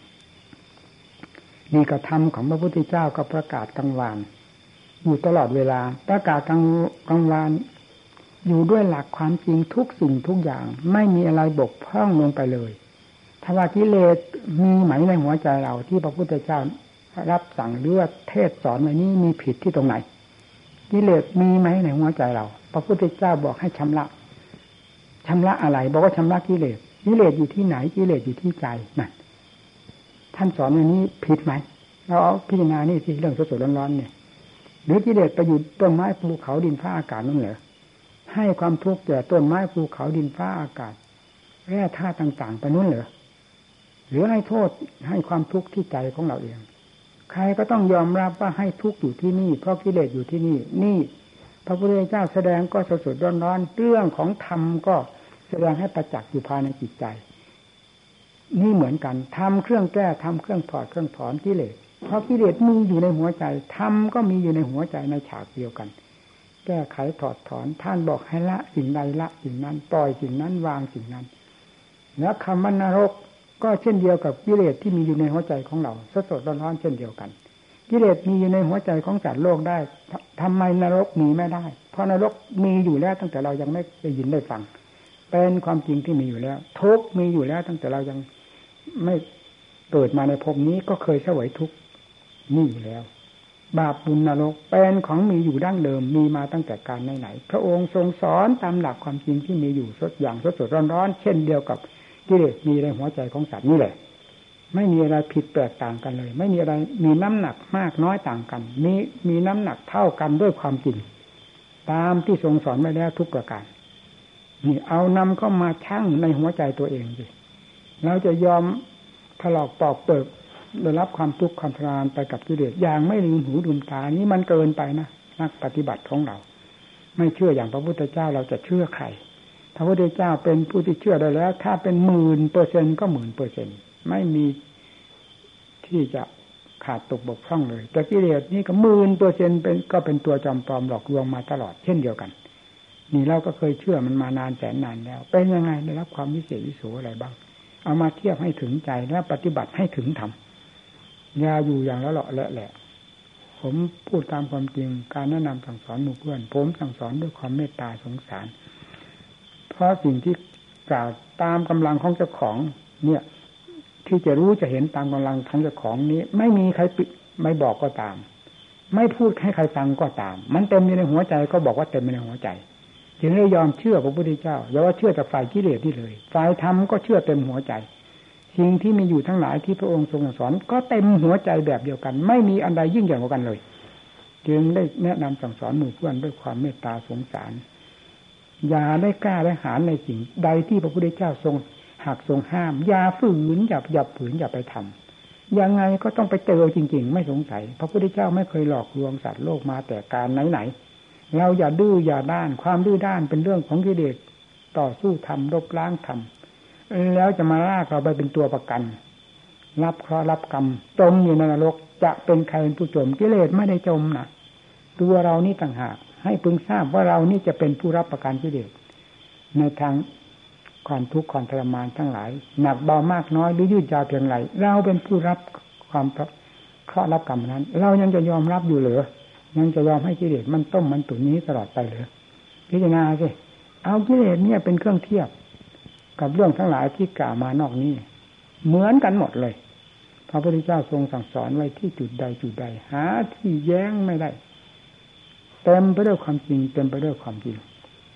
นี่ก็ธรรมของพระพุทธเจ้าก็ประกาศกลางวานอยู่ตลอดเวลาประกาศกลางวานอยู่ด้วยหลักความจริงทุกสิ่งทุกอย่างไม่มีอะไรบกพร่องลงไปเลยถ้าว่ากิเลสมีไหมในหัวใจเราที่พระพุทธเจ้ารับสั่งหรือว่าเทศสอนไว้นี้มีผิดที่ตรงไหนกิเลสมีไหมในหัวใจเราพระพุทธเจ้าบอกให้ชำระอะไรบอกว่าชำระกิเลสอยู่ที่ไหนกิเลสอยู่ที่ใจนั่นท่านสอนอย่างนี้ผิดไหมเราเอาพิจารณานี่สิเรื่องสดๆร้อนๆเนี่ยหรือกิเลสไปอยู่ต้นไม้ภูเขาดินฟ้าอากาศนั่นเหรอให้ความทุกข์แก่ต้นไม้ภูเขาดินฟ้าอากาศแร่ธาตุต่างๆไปนู้นเหรอหรือให้โทษให้ความทุกข์ที่ใจของเราเองใครก็ต้องยอมรับว่าให้ทุกข์อยู่ที่นี่เพราะกิเลสอยู่ที่นี่นี่พระพุทธเจ้าแสดงก็สดๆร้อนๆเรื่องของธรรมก็แสดงให้ประจักษ์อยู่ภายในจิตใจนี่เหมือนกันทำเครื่องแก้ทำเครื่องถอดเครื่องถอนกิเลสเพราะกิเลสมีอยู่ในหัวใจธรรมก็มีอยู่ในหัวใจในฉากเดียวกันแก้ไขถอดถอนท่านบอกให้ละสิ่งใดละสิ่งนั้นปล่อยสิ่งนั้นวางสิ่งนั้นแล้วคำว่านรกก็เช่นเดียวกับกิเลสที่มีอยู่ในหัวใจของเราสดๆร้อนๆเช่นเดียวกันกิเลสมีอยู่ในหัวใจของสัตว์โลกได้ทำไมนรกมีไม่ได้เพราะนรกมีอยู่แล้วตั้งแต่เรายังไม่ได้ยินได้ฟังเป็นความจริงที่มีอยู่แล้วทุกข์มีอยู่แล้วตั้งแต่เรายังไม่เกิดมาในภพนี้ก็เคยเสวยทุกข์นี่อยู่แล้วบาปบุญนรกเป็นของมีอยู่ดั้งเดิมมีมาตั้งแต่การไหนๆพระองค์ทรงสอนตามหลักความจริงที่มีอยู่สดๆร้อนๆเช่นเดียวกับกิเลสมีในหัวใจของสัตว์นี่แหละไม่มีอะไรผิดแปลกต่างกันเลยไม่มีอะไรมีน้ำหนักมากน้อยต่างกันมีน้ำหนักเท่ากันด้วยความจริงตามที่ทรงสอนไว้แล้วทุกประการนี่เอานำเข้ามาชั่งในหัวใจตัวเองสิเราจะยอมถลอกปอกเปิกได้รับความทุกข์ความทรมานไปกับกิเลสอย่างไม่ลืมหูลืมตานี่มันเกินไปนะนักปฏิบัติของเราไม่เชื่ออย่างพระพุทธเจ้าเราจะเชื่อใครพระพุทธเจ้าเป็นผู้ที่เชื่อได้แล้วถ้าเป็น10,000%ก็10,000%ไม่มีที่จะขาดตกบกพร่องเลยแต่กิเลสนี่ก็10,000%ก็เป็นตัวจอมปลอมหลอกลวงมาตลอดเช่นเดียวกันนี่เราก็เคยเชื่อมันมานานแสนนานแล้วเป็นยังไงได้รับความวิเศษวิโสอะไรบ้างเอามาเทียบให้ถึงใจแล้วปฏิบัติให้ถึงธรรมอย่าอยู่อย่างละเลาะแหละผมพูดตามความจริงการแนะนำสั่งสอนหมู่เพื่อนผมสั่งสอนด้วยความเมตตาสงสารเพราะสิ่งที่กล่าวตามกำลังของเจ้าของเนี่ยที่จะรู้จะเห็นตามกำลังของเจ้าของนี้ไม่มีใครไม่บอกก็ตามไม่พูดให้ใครฟังก็ตามมันเต็มอยู่ในหัวใจก็บอกว่าเต็มอยู่ในหัวใจจึงได้ยอมเชื่อพระพุทธเจ้าอย่าว่าเชื่อแต่ฝ่ายกิเลสนี่เลยฝ่ายธรรมก็เชื่อเต็มหัวใจสิ่งที่มีอยู่ทั้งหลายที่พระองค์ทรงสอนก็เต็มหัวใจแบบเดียวกันไม่มีอันใดยิ่งใหญ่กว่ากันเลยจึงได้แนะนำสั่งสอนหมู่เพื่อนด้วยความเมตตาสงสารอย่าได้กล้าได้หาญในสิ่งใดที่พระพุทธเจ้าทรงหักทรงห้ามอย่าฝืนอย่าฝืนอย่าไปทำยังไงก็ต้องไปเจอจริงๆไม่สงสัยพระพุทธเจ้าไม่เคยหลอกลวงสัตว์โลกมาแต่การไหนๆเราอย่าดื้ออย่าด้านความดื้อด้านเป็นเรื่องของกิเลสต่อสู้ธรรมลบล้างธรรมแล้วจะมาลากเราไปเป็นตัวประกันรับเคราะห์รับกรรมจมอยู่ในนรกจะเป็นใครเป็นผู้จมกิเลสไม่ได้จมนะตัวเรานี่ต่างหากให้พึงทราบว่าเรานี่จะเป็นผู้รับประกันกิเลสในทางความทุกข์ความทรมานทั้งหลายหนักเบามากน้อยหรือยืดยาวเพียงไรเราเป็นผู้รับความเคราะห์รับกรรมนั้นเรายังจะยอมรับอยู่เหรอยังจะยอมให้กิเลสมันต้มมันตุ๋นนี้ตลอดไปเหรอพิจารณาสิเอากิเลสเนี่ยเป็นเครื่องเทียบกับเรื่องทั้งหลายที่กล่าวมานอกนี้เหมือนกันหมดเลยพระพุทธเจ้าทรงสั่งสอนไว้ที่จุดใดหาที่แย้งไม่ได้เต็มไปด้วยความจริงเต็มไปด้วยความจริง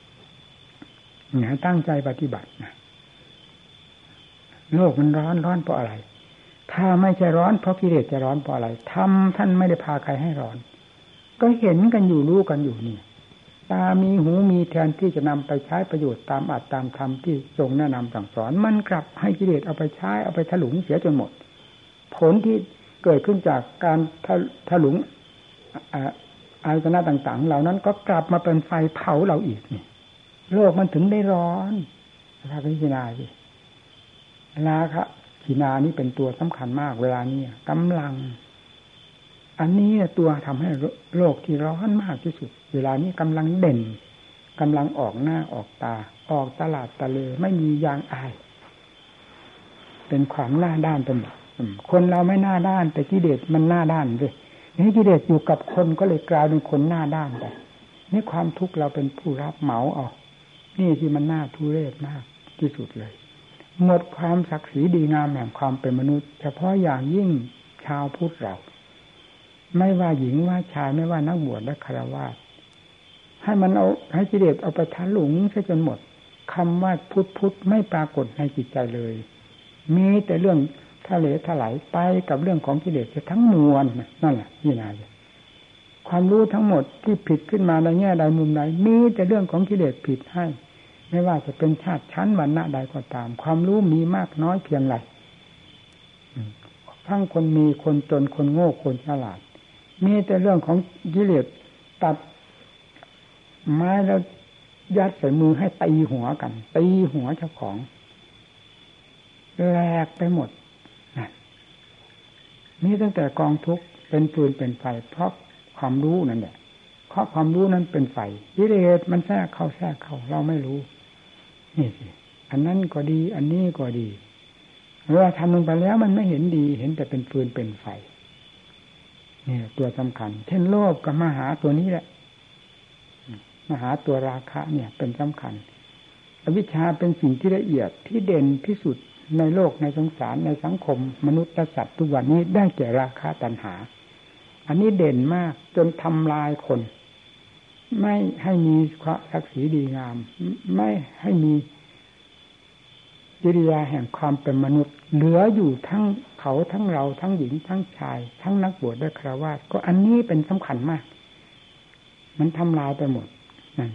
ตั้งใจปฏิบัตินะโลกมันร้อนเพราะอะไรถ้าไม่ใช่ร้อนเพราะกิเลสจะร้อนเพราะอะไรทำท่านไม่ได้พาใครให้ร้อนก็เห็นกันอยู่รู้กันอยู่นี่ตามีหูมีแทนที่จะนำไปใช้ประโยชน์ตามอัตตามธรรมที่ทรงแนะนำสั่งสอนมันกลับให้กิเลสเอาไปใช้เอาไปถลุงเสียจนหมดผลที่เกิดขึ้นจากการถลุงอายตนะต่างๆเหล่านั้นก็กลับมาเป็นไฟเผาเราอีกนี่โลกมันถึงได้ร้อนถ้าพิจารณาสิราคะขีณานี้เป็นตัวสำคัญมากเวลานี้กำลังอันนี้ตัวทำให้โลกที่ร้อนมากที่สุดเวลานี้กำลังเด่นกำลังออกหน้าออกตาออกตลาดตะเลไม่มียางอายเป็นความหน้าด้านไปหมดคนเราไม่หน้าด้านแต่กิเลสมันหน้าด้านเลยนี่กิเลสอยู่กับคนก็เลยกลายเป็นคนหน้าด้านไปนี่ความทุกข์เราเป็นผู้รับเหมาเอานี่ที่มันน่าทุเรศมากที่สุดเลยหมดความศักดิ์ศรีดีงามแห่งความเป็นมนุษย์เฉพาะอย่างยิ่งชาวพุทธเราไม่ว่าหญิงว่าชายไม่ว่านักบวชและฆราวาสให้มันเอาให้กิเลสเอาไปทะลุงซะจนหมดคำว่าพุทธไม่ปรากฏในจิตใจเลยมีแต่เรื่องทะเลถลายไปกับเรื่องของกิเลสทั้งมวลนั่นแหละนี่นายความรู้ทั้งหมดที่ผิดขึ้นมาในแง่ใดมุมใดมีแต่เรื่องของกิเลสผิดให้ไม่ว่าจะเป็นชาติชั้นวรรณะใดก็ตามความรู้มีมากน้อยเพียงไรทั้งคนมีคนจนคนโง่คนฉลาดมีแต่เรื่องของกิเลสตัดไม้แล้วยัดใส่มือให้ตีหัวกันตีหัวเจ้าของแหลกไปหมดนี่ตั้งแต่กองทุกข์เป็นปืนเป็นไฟเพราะความรู้นั่นแหละเพราะความรู้นั้นเป็นไฟกิเลสมันแทรกเข้าเราไม่รู้นี่สิอันนั้นก็ดีอันนี้ก็ดีเมื่อทำลงไปแล้วมันไม่เห็นดีเห็นแต่เป็นปืนเป็นไฟนี่ตัวสำคัญเช่นโลภกับมหาตัวนี้แหละมหาตัวราคะเนี่ยเป็นสำคัญอวิชชาเป็นสิ่งที่ละเอียดที่เด่นที่สุดในโลกในสงสารในสังคมมนุษย์และสัตว์ทุกวันนี้ได้แก่ราคะตัณหาอันนี้เด่นมากจนทำลายคนไม่ให้มีศักดิ์ศรีดีงามไม่ให้มีกิริยาแห่งความเป็นมนุษย์เหลืออยู่ทั้งเขาทั้งเราทั้งหญิงทั้งชายทั้งนักบวชและฆราวาสก็อันนี้เป็นสำคัญมากมันทำลายไปหมดนั่น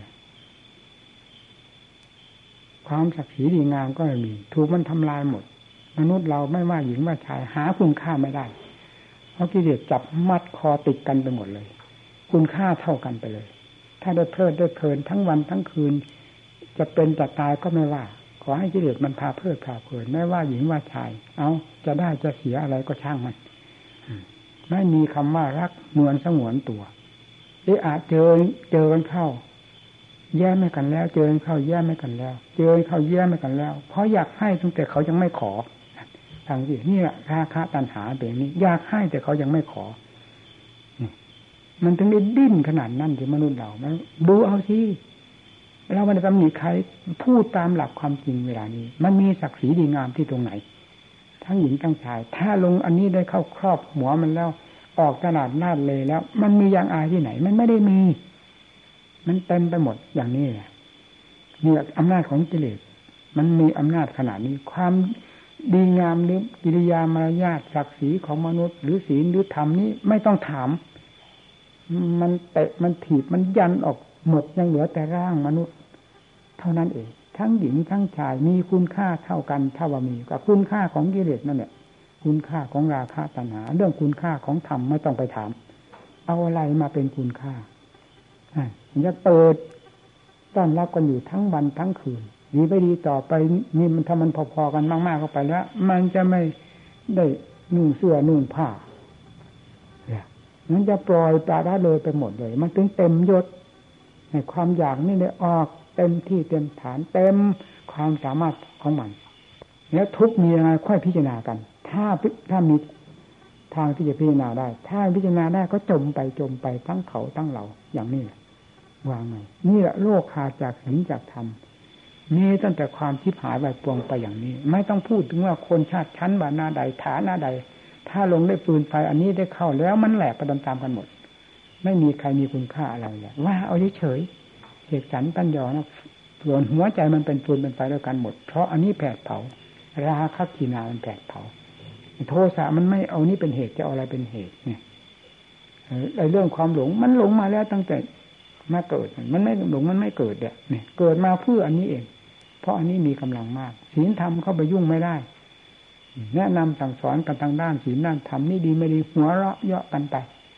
ความศักดิ์ศรีดีงามก็ไม่มีถูกมันทำลายหมดมนุษย์เราไม่ว่าหญิงว่าชายหาคุณค่าไม่ได้เพราะกิเลสจับมัดคอติดกันไปหมดเลยคุณค่าเท่ากันไปเลยถ้าได้เพลิดได้เพลินทั้งวันทั้งคืนจะเป็นจะตายก็ไม่ว่าขอให้กิเลสมันพาเพลิดพาเพลินไม่ว่าหญิงว่าชายเอาจะได้จะเสียอะไรก็ช่างมันไม่มีคำว่ารักนวลสงวนตัวอาจเจอกันเข้าแย่ไม่กันแล้วเจอเข้าแย่ไม่กันแล้วเจอเข้าแย่ไม่กันแล้วเพราะอยากให้ตั้งแต่เขายังไม่ขอทางที่นี่แหละราคะตัณหาแบบนี้อยากให้แต่เขายังไม่ขอมันถึงได้ดิ้นขนาดนั้นที่มนุษย์เรามันดูเอาสิเราไม่ได้ตำหนิใครพูดตามหลักความจริงเวลานี้มันมีศักดิ์ศรีดีงามที่ตรงไหนทั้งหญิงทั้งชายถ้าลงอันนี้ได้เข้าครอบหัวมันแล้วออกตลาดนาดเลยแล้วมันมียางอายที่ไหนมันไม่ได้มีมันเต็มไปหมดอย่างนี้แหละนี่อำนาจของกิเลสมันมีอำนาจขนาดนี้ความดีงามหรือกิริยามารยาทศักดิ์ศรีของมนุษย์หรือศีลหรือธรรมนี้ไม่ต้องถามมันเตะมันถีบมันยันออกหมดยังเหลือแต่ร่างมนุษย์เท่านั้นเองทั้งหญิงทั้งชายมีคุณค่าเท่ากันถ้าว่ามีกับคุณค่าของกิเลสนั่นแหละคุณค่าของราคะตัณหาเรื่องคุณค่าของธรรมไม่ต้องไปถามเอาอะไรมาเป็นคุณค่าจะเปิดต้อนรับกันอยู่ทั้งวันทั้งคืนดีไปดีต่อไปนี่มันถ้ามันพอๆกันมากๆเข้าไปแล้วมันจะไม่ได้นุ่งเสื้อนุ่งผ้าเนี่ยมันจะปล่อยปละละเลยไปหมดเลยมันถึงเต็มยศในความอยากนี่เลยออกเต็มที่เต็มฐานเต็มความสามารถของมันแล้วทุกมีอะไรค่อยพิจารณากันถ้ามีทางที่จะพิจารณาได้ถ้าพิจารณาได้ก็จมไปทั้งเขาทั้งเราอย่างนี้วางไงนี่แหละโลกขาดจากศีลจากธรรมมีตั้งแต่ความทิพย์หายไปปวงไปอย่างนี้ไม่ต้องพูดถึงว่าคนชาติชั้นวรรณะใดฐานะใดถ้าลงได้ปืนไฟอันนี้ได้เข้าแล้วมันแหลกไปตามๆกันหมดไม่มีใครมีคุณค่าอะไรเลยว่าเอาเฉยๆเสกสรรปัญญานะส่วนหัวใจมันเป็นปืนเป็นไฟด้วยกันหมดเพราะอันนี้แผดเผาราคะกินามันแผดเผาโทสะมันไม่เอานี้เป็นเหตุจะเอาอะไรเป็นเหตุเนี่ยไอ้เรื่องความหลงมันหลงมาแล้วตั้งแต่มาเกิดมันไม่หลงมันไม่เกิดเนี่ยเกิดมาเพื่ออันนี้เองเพราะอันนี้มีกำลังมากศีลธรรมเข้าไปยุ่งไม่ได้แนะนำสั่งสอนกันทางด้านศีลด้านธรรมนี่ดีไม่ดีหัวเราะเยาะกันไป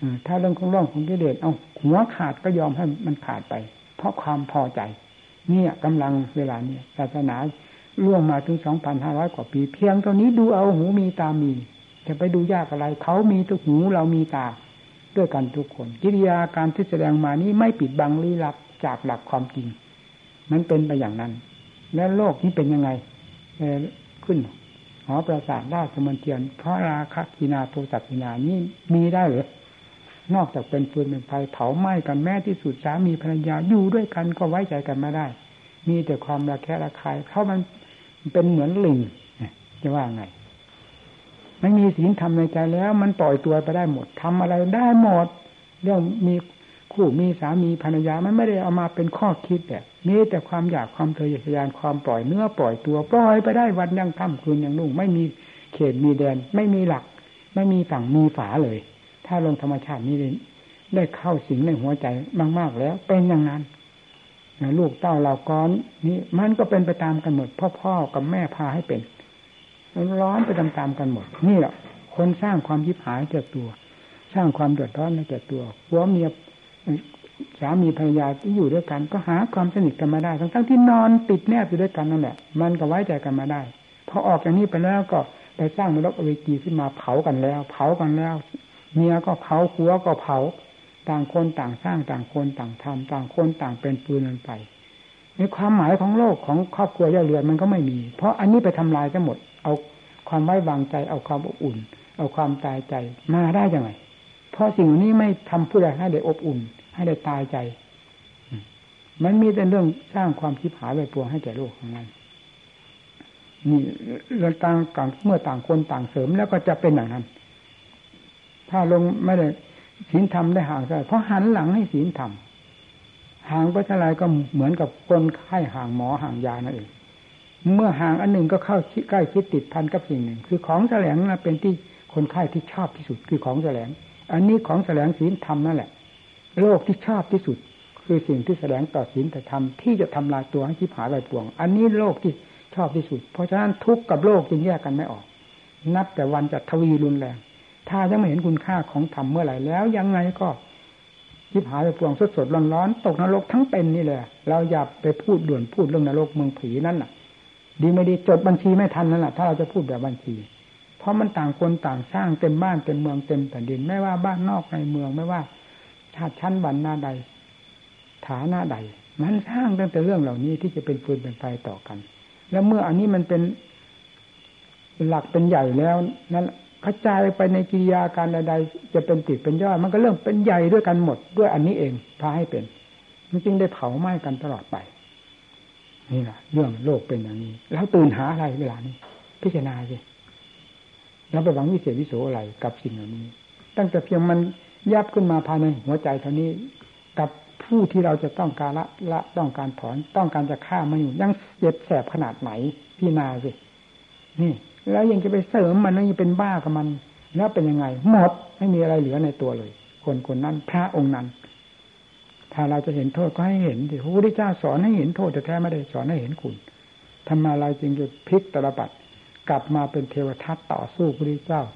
ถ้าเรื่องของกิเลสเอาหัวขาดก็ยอมให้มันขาดไปเพราะความพอใจเนี่ยกำลังเวลาเนี่ยศาสนาล่วงมาถึง 2,500 กว่าปีเพียงเท่านี้ดูเอาหูมีตามีจะไปดูยากอะไรเขามีทุกหูเรามีตาด้วยกันทุกคนกิริยาการที่แสดงมานี้ไม่ปิดบังลี้ลับจากหลักความจริงมันเป็นไปอย่างนั้นแล้วโลกนี้เป็นยังไงขึ้นหอประสาทราชมณฑลเพราะราคะกินาโทสะกินานี่มีได้หรือนอกจากเป็นฟืนเป็นไฟเผาไหม้กันแม้ที่สุดสามีภรรยาอยู่ด้วยกันก็ไว้ใจกันไม่ได้มีแต่ความระแคะระคายเพราะมันเป็นเหมือนลิงจะว่าไงไม่มีศีลธรรมในใจแล้วมันปล่อยตัวไปได้หมดทำอะไรได้หมดเรื่องมีคู่มีสามีภรรยามันไม่ได้เอามาเป็นข้อคิดแบบมีแต่ความอยากความทะเยอทะยานความปล่อยเนื้อปล่อยตัวปล่อยไปได้วันยังค่ำคืนยังนุ่งไม่มีเขตมีแดนไม่มีหลักไม่มีฝั่งมีฝาเลยถ้าลงธรรมชาตินี้ได้เข้าสิงในหัวใจมากๆแล้วเป็นอย่างนั้นลูกเต้าเราก้อนนี่มันก็เป็นไปตามกันหมดพ่อกับแม่พาให้เป็นร้อนไปตามๆกันหมดนี่แหละคนสร้างความยิบหายแก่ตัวสร้างความเดือดร้อนให้แก่ตัวผัวเมียสามีภรรยาที่อยู่ด้วยกันก็หาความสนิทกันมาได้ทั้งที่นอนติดแนบอยู่ด้วยกันนั่นแหละมันก็ไว้ใจกันมาได้พอออกจากนี้ไปแล้วก็ไปสร้างมรดกอเวจีขึ้นมาเผากันแล้วเมียก็เผาผัวก็เผาต่างคนต่างสร้างต่างคนต่างทำต่างคนต่างเป็นปืนกันไปในความหมายของโลกของครอบครัวย่าเรือนมันก็ไม่มีเพราะอันนี้ไปทำลายทั้งหมดเอาความไว้วางใจเอาความอบอุ่นเอาความตายใจมาได้ยังไงเพราะสิ่งนี้ไม่ทำผู้ใดให้ได้อบอุ่นให้ได้ตายใจมันมีแต่เรื่องสร้างความชิบหายไปปวงให้แก่โลกของมันนี่เราต่างเมื่อต่างคนต่างเสริมแล้วก็จะเป็นอย่างนั้นถ้าลงไม่ได้ศีลธรรมได้ห่างเพราะหันหลังให้ศีลธรรมห่างไปเท่าไรก็เหมือนกับคนไข้ห่างหมอห่างยานั่นเองเมื่อห่างอันหนึ่งก็เข้าใกล้คิดติดพันกับสิ่งหนึ่งคือของแสลงนะเป็นที่คนไข้ที่ชอบที่สุดคือของแสลงอันนี้ของแสลงศีลธรรมนั่นแหละโลกที่ชอบที่สุดคือสิ่งที่แสดงต่อศีลธรรมที่จะทำลายตัวให้ชิบหายไปปวงอันนี้โลกที่ชอบที่สุดเพราะฉะนั้นทุกข์กับโลกจึงแยกกันไม่ออกนับแต่วันจะทวีรุนแรงถ้ายังไม่เห็นคุณค่าของธรรมเมื่อไหร่แล้วยังไงก็ชิบหายไปปวงสดๆร้อนๆตกนรกทั้งเป็นนี่แหละเราอย่าไปพูดด่วนพูดเรื่องนรกเมืองผีนั่นน่ะดีไม่ดีจดบัญชีไม่ทันนั่นแหละถ้าเราจะพูดแบบบัญชีเพราะมันต่างคนต่างสร้างเต็มบ้านเต็มเมืองเต็มแผ่นดินไม่ว่าบ้านนอกในเมืองไม่ว่าชาติชั้นวรรณะใดฐานะใดมันสร้างตั้งแต่เรื่องเหล่านี้ที่จะเป็นฟืนเป็นไฟต่อกันแล้วเมื่ออันนี้มันเป็นหลักเป็นใหญ่แล้วนั้นกระจายไปในกิริยาการใดๆจะเป็นติดเป็นยอดมันก็เริ่มเป็นใหญ่ด้วยกันหมดด้วยอันนี้เองพาให้เป็นมันจึงได้เผาไหม้กันตลอดไปนี่แหละเรื่องโลกเป็นอย่างนี้แล้วตื่นหาอะไรเวลานี้พิจารณาสิแล้วไปหวังวิเศษวิโสอะไรกับสิ่งเหล่านี้ตั้งแต่เพียงมันยับขึ้นมาภายในหัวใจเท่านี้กับผู้ที่เราจะต้องการละต้องการถอนต้องการจะฆ่ามันอยู่ยังเจ็บแสบขนาดไหนพิจารณาสินี่แล้วยังจะไปเสริมมันแล้วยังเป็นบ้ากับมันแล้วเป็นยังไงหมดไม่มีอะไรเหลือในตัวเลยคนนั้นพระองค์นั้นถ้าเราจะเห็นโทษก็ให้เห็นดิพระพุทธเจ้าสอนให้เห็นโทษแต่แท้ไม่ได้สอนให้เห็นคุณทำมาอะไรจึงจะพลิกตลบัดกลับมาเป็นเทวทัตต่อสู้พระพุทธเจ้า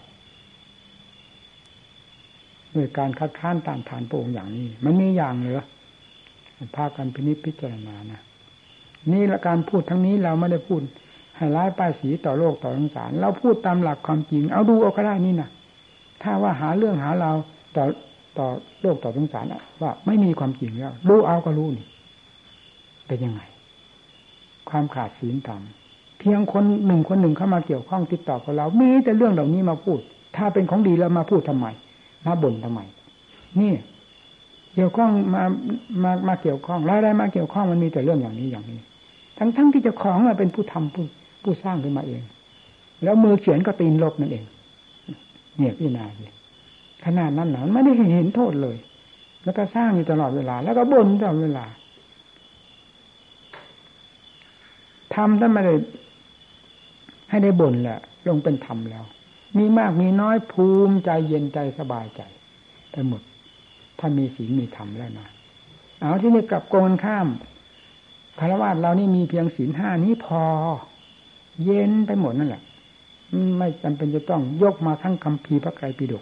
ด้วยการคัดค้านต้านทานพระองค์อย่างนี้มันมีอย่างเหลือพากันพิจารณานะนี่ละการพูดทั้งนี้เราไม่ได้พูดให้ร้ายป้ายสีต่อโลกต่อสงสารเราพูดตามหลักความจริงเอาดูเอาก็ได้นี่นะถ้าว่าหาเรื่องหาเราต่อโลกต่อสงสารว่าไม่มีความจริงแล้วดูเอาก็รู้นี่เป็นยังไงความขาดศีลธรรมเพียงคนหนึ่งเข้ามาเกี่ยวข้องติดต่อกับเรามีแต่เรื่องเหล่านี้มาพูดถ้าเป็นของดีแล้วมาพูดทำไมมาบ่นทำไมนี่เกี่ยวข้องมาเกี่ยวข้องอะไรมาเกี่ยวข้องมันมีแต่เรื่องอย่างนี้ทั้งที่เจ้าของเป็นผู้ทำผู้สร้างขึ้นมาเองแล้วมือเขียนก็ตีนลบนั่นเองเนี่ยพี่นาสิขนาดนั้นหนาไม่ได้เห็นโทษเลยแล้วก็สร้างอยู่ตลอดเวลาแล้วก็บ่นตลอดเวลาทำถ้าไม่ได้ให้ได้บ่นแหละลงเป็นธรรมแล้วมีมากมีน้อยภูมิใจเย็นใจสบายใจไปหมดถ้ามีศีลมีธรรมแล้วนะเอาที่นี่กลับโกนข้ามฆราวาสเรานี่มีเพียงศีล5นี้พอเย็นไปหมดนั่นแหละไม่จำเป็นจะต้องยกมาทั้งคัมภีร์พระไตรปิฎก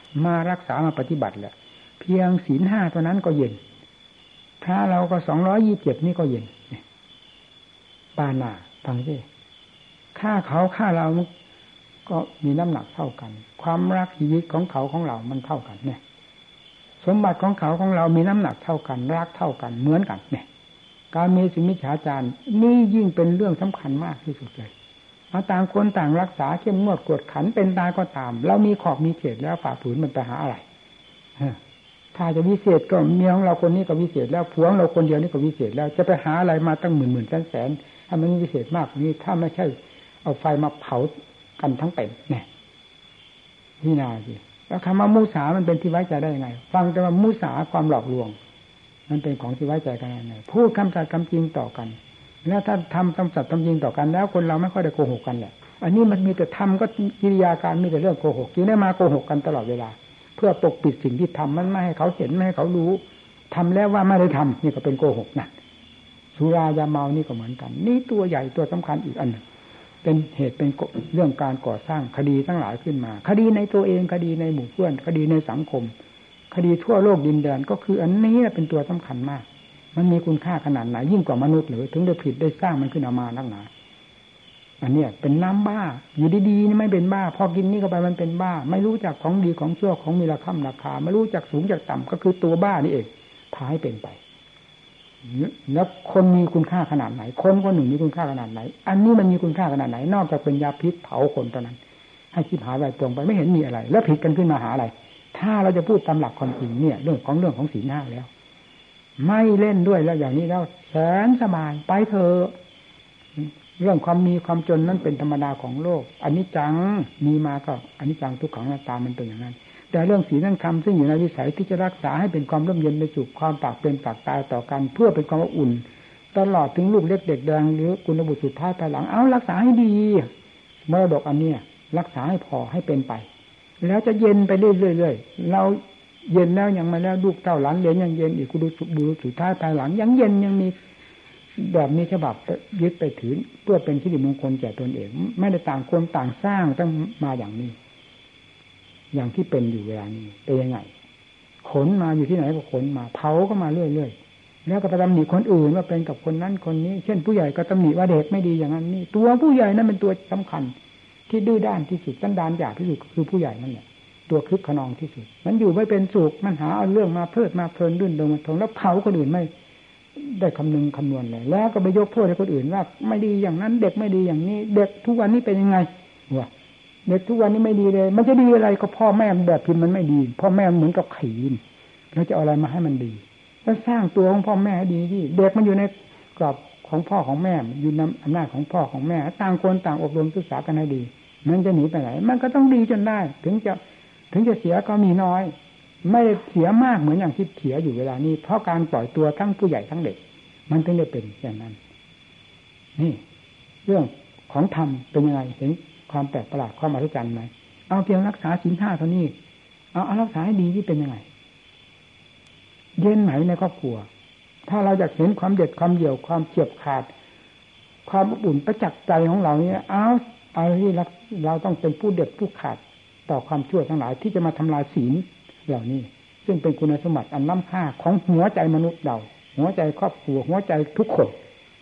มารักษามาปฏิบัติแหละเพียงศีลห้าเท่านั้นก็เย็นพระเราก็227นี่ก็เย็นปานาฟังสิฆ่าเขาฆ่าเราก็มีน้ำหนักเท่ากันความรักชีวิตของเขาของเรามันเท่ากันเนี่ยสมบัติของเขาของเรามีน้ำหนักเท่ากันรักเท่ากันเหมือนกันเนี่ยการมีสิ่งมิจฉาจารนี่ยิ่งเป็นเรื่องสำคัญมากที่สุดเลยเอาต่างคนต่างรักษาเข้มงวดกวดขันเป็นตายก็ตามเรามีขอบมีเขตแล้วฝ่าฝืนมันไปหาอะไรถ้าจะวิเศษก็เมียของเราคนนี้ก็วิเศษแล้วผัวของเราคนเดียวนี่ก็วิเศษแล้วจะไปหาอะไรมาตั้งหมื่นแสนถ้ามันวิเศษมากนี้ถ้าไม่ใช่เอาไฟมาเผากันทั้งเป็นเนี่ยนี่นาสิแล้วคำว่ามุสามันเป็นที่ไว้ใจได้ยังไงฟังแต่ว่ามุสาความหลอกลวงมันเป็นของที่ไว้ใจกันยังไงพูดคำสัตย์คำจริงต่อกันแล้วถ้าทำคำสัตย์คำจริงต่อกันแล้วคนเราไม่ค่อยได้โกหกกันแหละอันนี้มันมีแต่ทำก็กิริยาการมีแต่เรื่องโกหกจึงได้มาโกหกกันตลอดเวลาเพื่อปกปิดสิ่งที่ทำมันไม่ให้เขาเห็นไม่ให้เขารู้ทำแล้วว่าไม่ได้ทำนี่ก็เป็นโกหกนะสุรายาเมานี่ก็เหมือนกันนี่ตัวใหญ่ตัวสำคัญอีกอันหนึ่งเป็นเหตุเป็นเรื่องการก่อสร้างคดีทั้งหลายขึ้นมาคดีในตัวเองคดีในหมู่เพื่อนคดีในสังคมคดีทั่วโลกดินแดนก็คืออันนี้เป็นตัวสำคัญมากมันมีคุณค่าขนาดไหนยิ่งกว่ามนุษย์หรือถึงได้ผิดได้สร้างมันขึ้นมานักหนาอันนี้เป็นน้ำบ้าอยู่ดีๆนี่ไม่เป็นบ้าพอกินนี่เข้าไปมันเป็นบ้าไม่รู้จักของดีของชั่วของมีราคาไม่รู้จักสูงจากต่ำก็คือตัวบ้านี่เองพาให้เป็นไปแล้วคนมีคุณค่าขนาดไหนคนคนหนึ่งมีคุณค่าขนาดไหนอันนี้มันมีคุณค่าขนาดไหนนอกจากเป็นยาพิษเผาคนเท่านั้นให้ชิบหายไปตรงไปไม่เห็นมีอะไรแล้วผิดกันขึ้นมาหาอะไรถ้าเราจะพูดตามหลักความจริงเนี่ยเรื่องของศีลห้าแล้วไม่เล่นด้วยแล้วอย่างนี้แล้วแสนสบายไปเถอะเรื่องความมีความจนนั้นเป็นธรรมดาของโลกอนิจจังมีมาก็อนิจจังทุกขังอนัตตามันเป็นอย่างนั้นแต่เรื่องศีลนั่นคำซึ่งอยู่ในวิสัยที่จะรักษาให้เป็นความร่มเย็นเป็นสุขความปากเป็นปากตายต่อกันเพื่อเป็นความอุ่นตลอดถึงลูกเล็กเด็กแดงหรือกุลบุตรสุดท้ายภายหลังเอารักษาให้ดีมรดกอันนี้รักษาให้พอให้เป็นไปแล้วจะเย็นไปเรื่อยๆเราเย็นแล้วยังไม่แล้วลูกเต้าหลานเหลนยังเย็นอีกกุลบุตรสุดท้ายภายหลังยังเย็นยังมีแบบมีฉบับยึดไปถือเพื่อเป็นสิริมงคลแก่ตนเองไม่ได้ต่างคนต่างสร้างต้องมาอย่างนี้อย่างที่เป็นอยู่เวลานี้เป็นยังไงขนมาอยู่ที่ไหนก็ขนมาเผาก็มาเรื่อยๆแล้วก็ไปตำหนิคนอื่นว่าเป็นกับคนนั้นคนนี้เช่นผู้ใหญ่ก็ตำหนิว่าเด็กไม่ดีอย่างนั้นนี่ตัวผู้ใหญ่นั่นเป็นตัวสำคัญที่ดื้อด้านที่สุดสันดานหยาบที่สุดคือผู้ใหญ่นั่นแหละตัวคึกขนองที่สุดมันอยู่ไม่เป็นสุขมันหาเอาเรื่องมาเพลิดมาเพลินรื่นเริงมาทงแล้วเผาคนอื่นไม่ได้คำนึงคำนวณเลยแล้วก็ไปยกโทษให้คนอื่นว่าไม่ดีอย่างนั้นเด็กไม่ดีอย่างนี้เด็กทุกวันนี้เป็นยังไงวะเด็กทุกวันนี้ไม่ดีเลยมันจะดีอะไรก็พ่อแม่แบบพิมพ์มันไม่ดีพ่อแม่เหมือนกับขีนแล้วจะเอาอะไรมาให้มันดีแล้วสร้างตัวของพ่อแม่ให้ดีที่เด็กมันอยู่ในกรอบของพ่อของแม่อยู่ในอำนาจของพ่อของแม่ต่างคนต่างอบรมศึกษากันให้ดีมันจะหนีไปไหนมันก็ต้องดีจนได้ถึงจะเสียก็มีน้อยไม่เสียมากเหมือนอย่างที่เสียอยู่เวลานี้เพราะการปล่อยตัวทั้งผู้ใหญ่ทั้งเด็กมันถึงได้เป็นอย่างนั้นนี่เรื่องของธรรมเป็นยังไงเห็นความแปลกประหลาดความมหัศจรรย์ไหมเอาเพียงรักษาศีลห้าเท่านี้เอารักษาให้ดีที่เป็นยังไงเย็นไหนในครอบครัวถ้าเราอยากเห็นความเด็ดความเดี่ยวความเฉียบขาดความอุ่นประจักษ์ใจของเราเนี่ยเอาที่เราต้องเป็นผู้เด็ดผู้ขาดต่อความชั่วทั้งหลายที่จะมาทำลายศีลเหล่านี้ซึ่งเป็นคุณสมบัติอันล้ำค่าของหัวใจมนุษย์เราหัวใจครอบครัวหัวใจทุกคน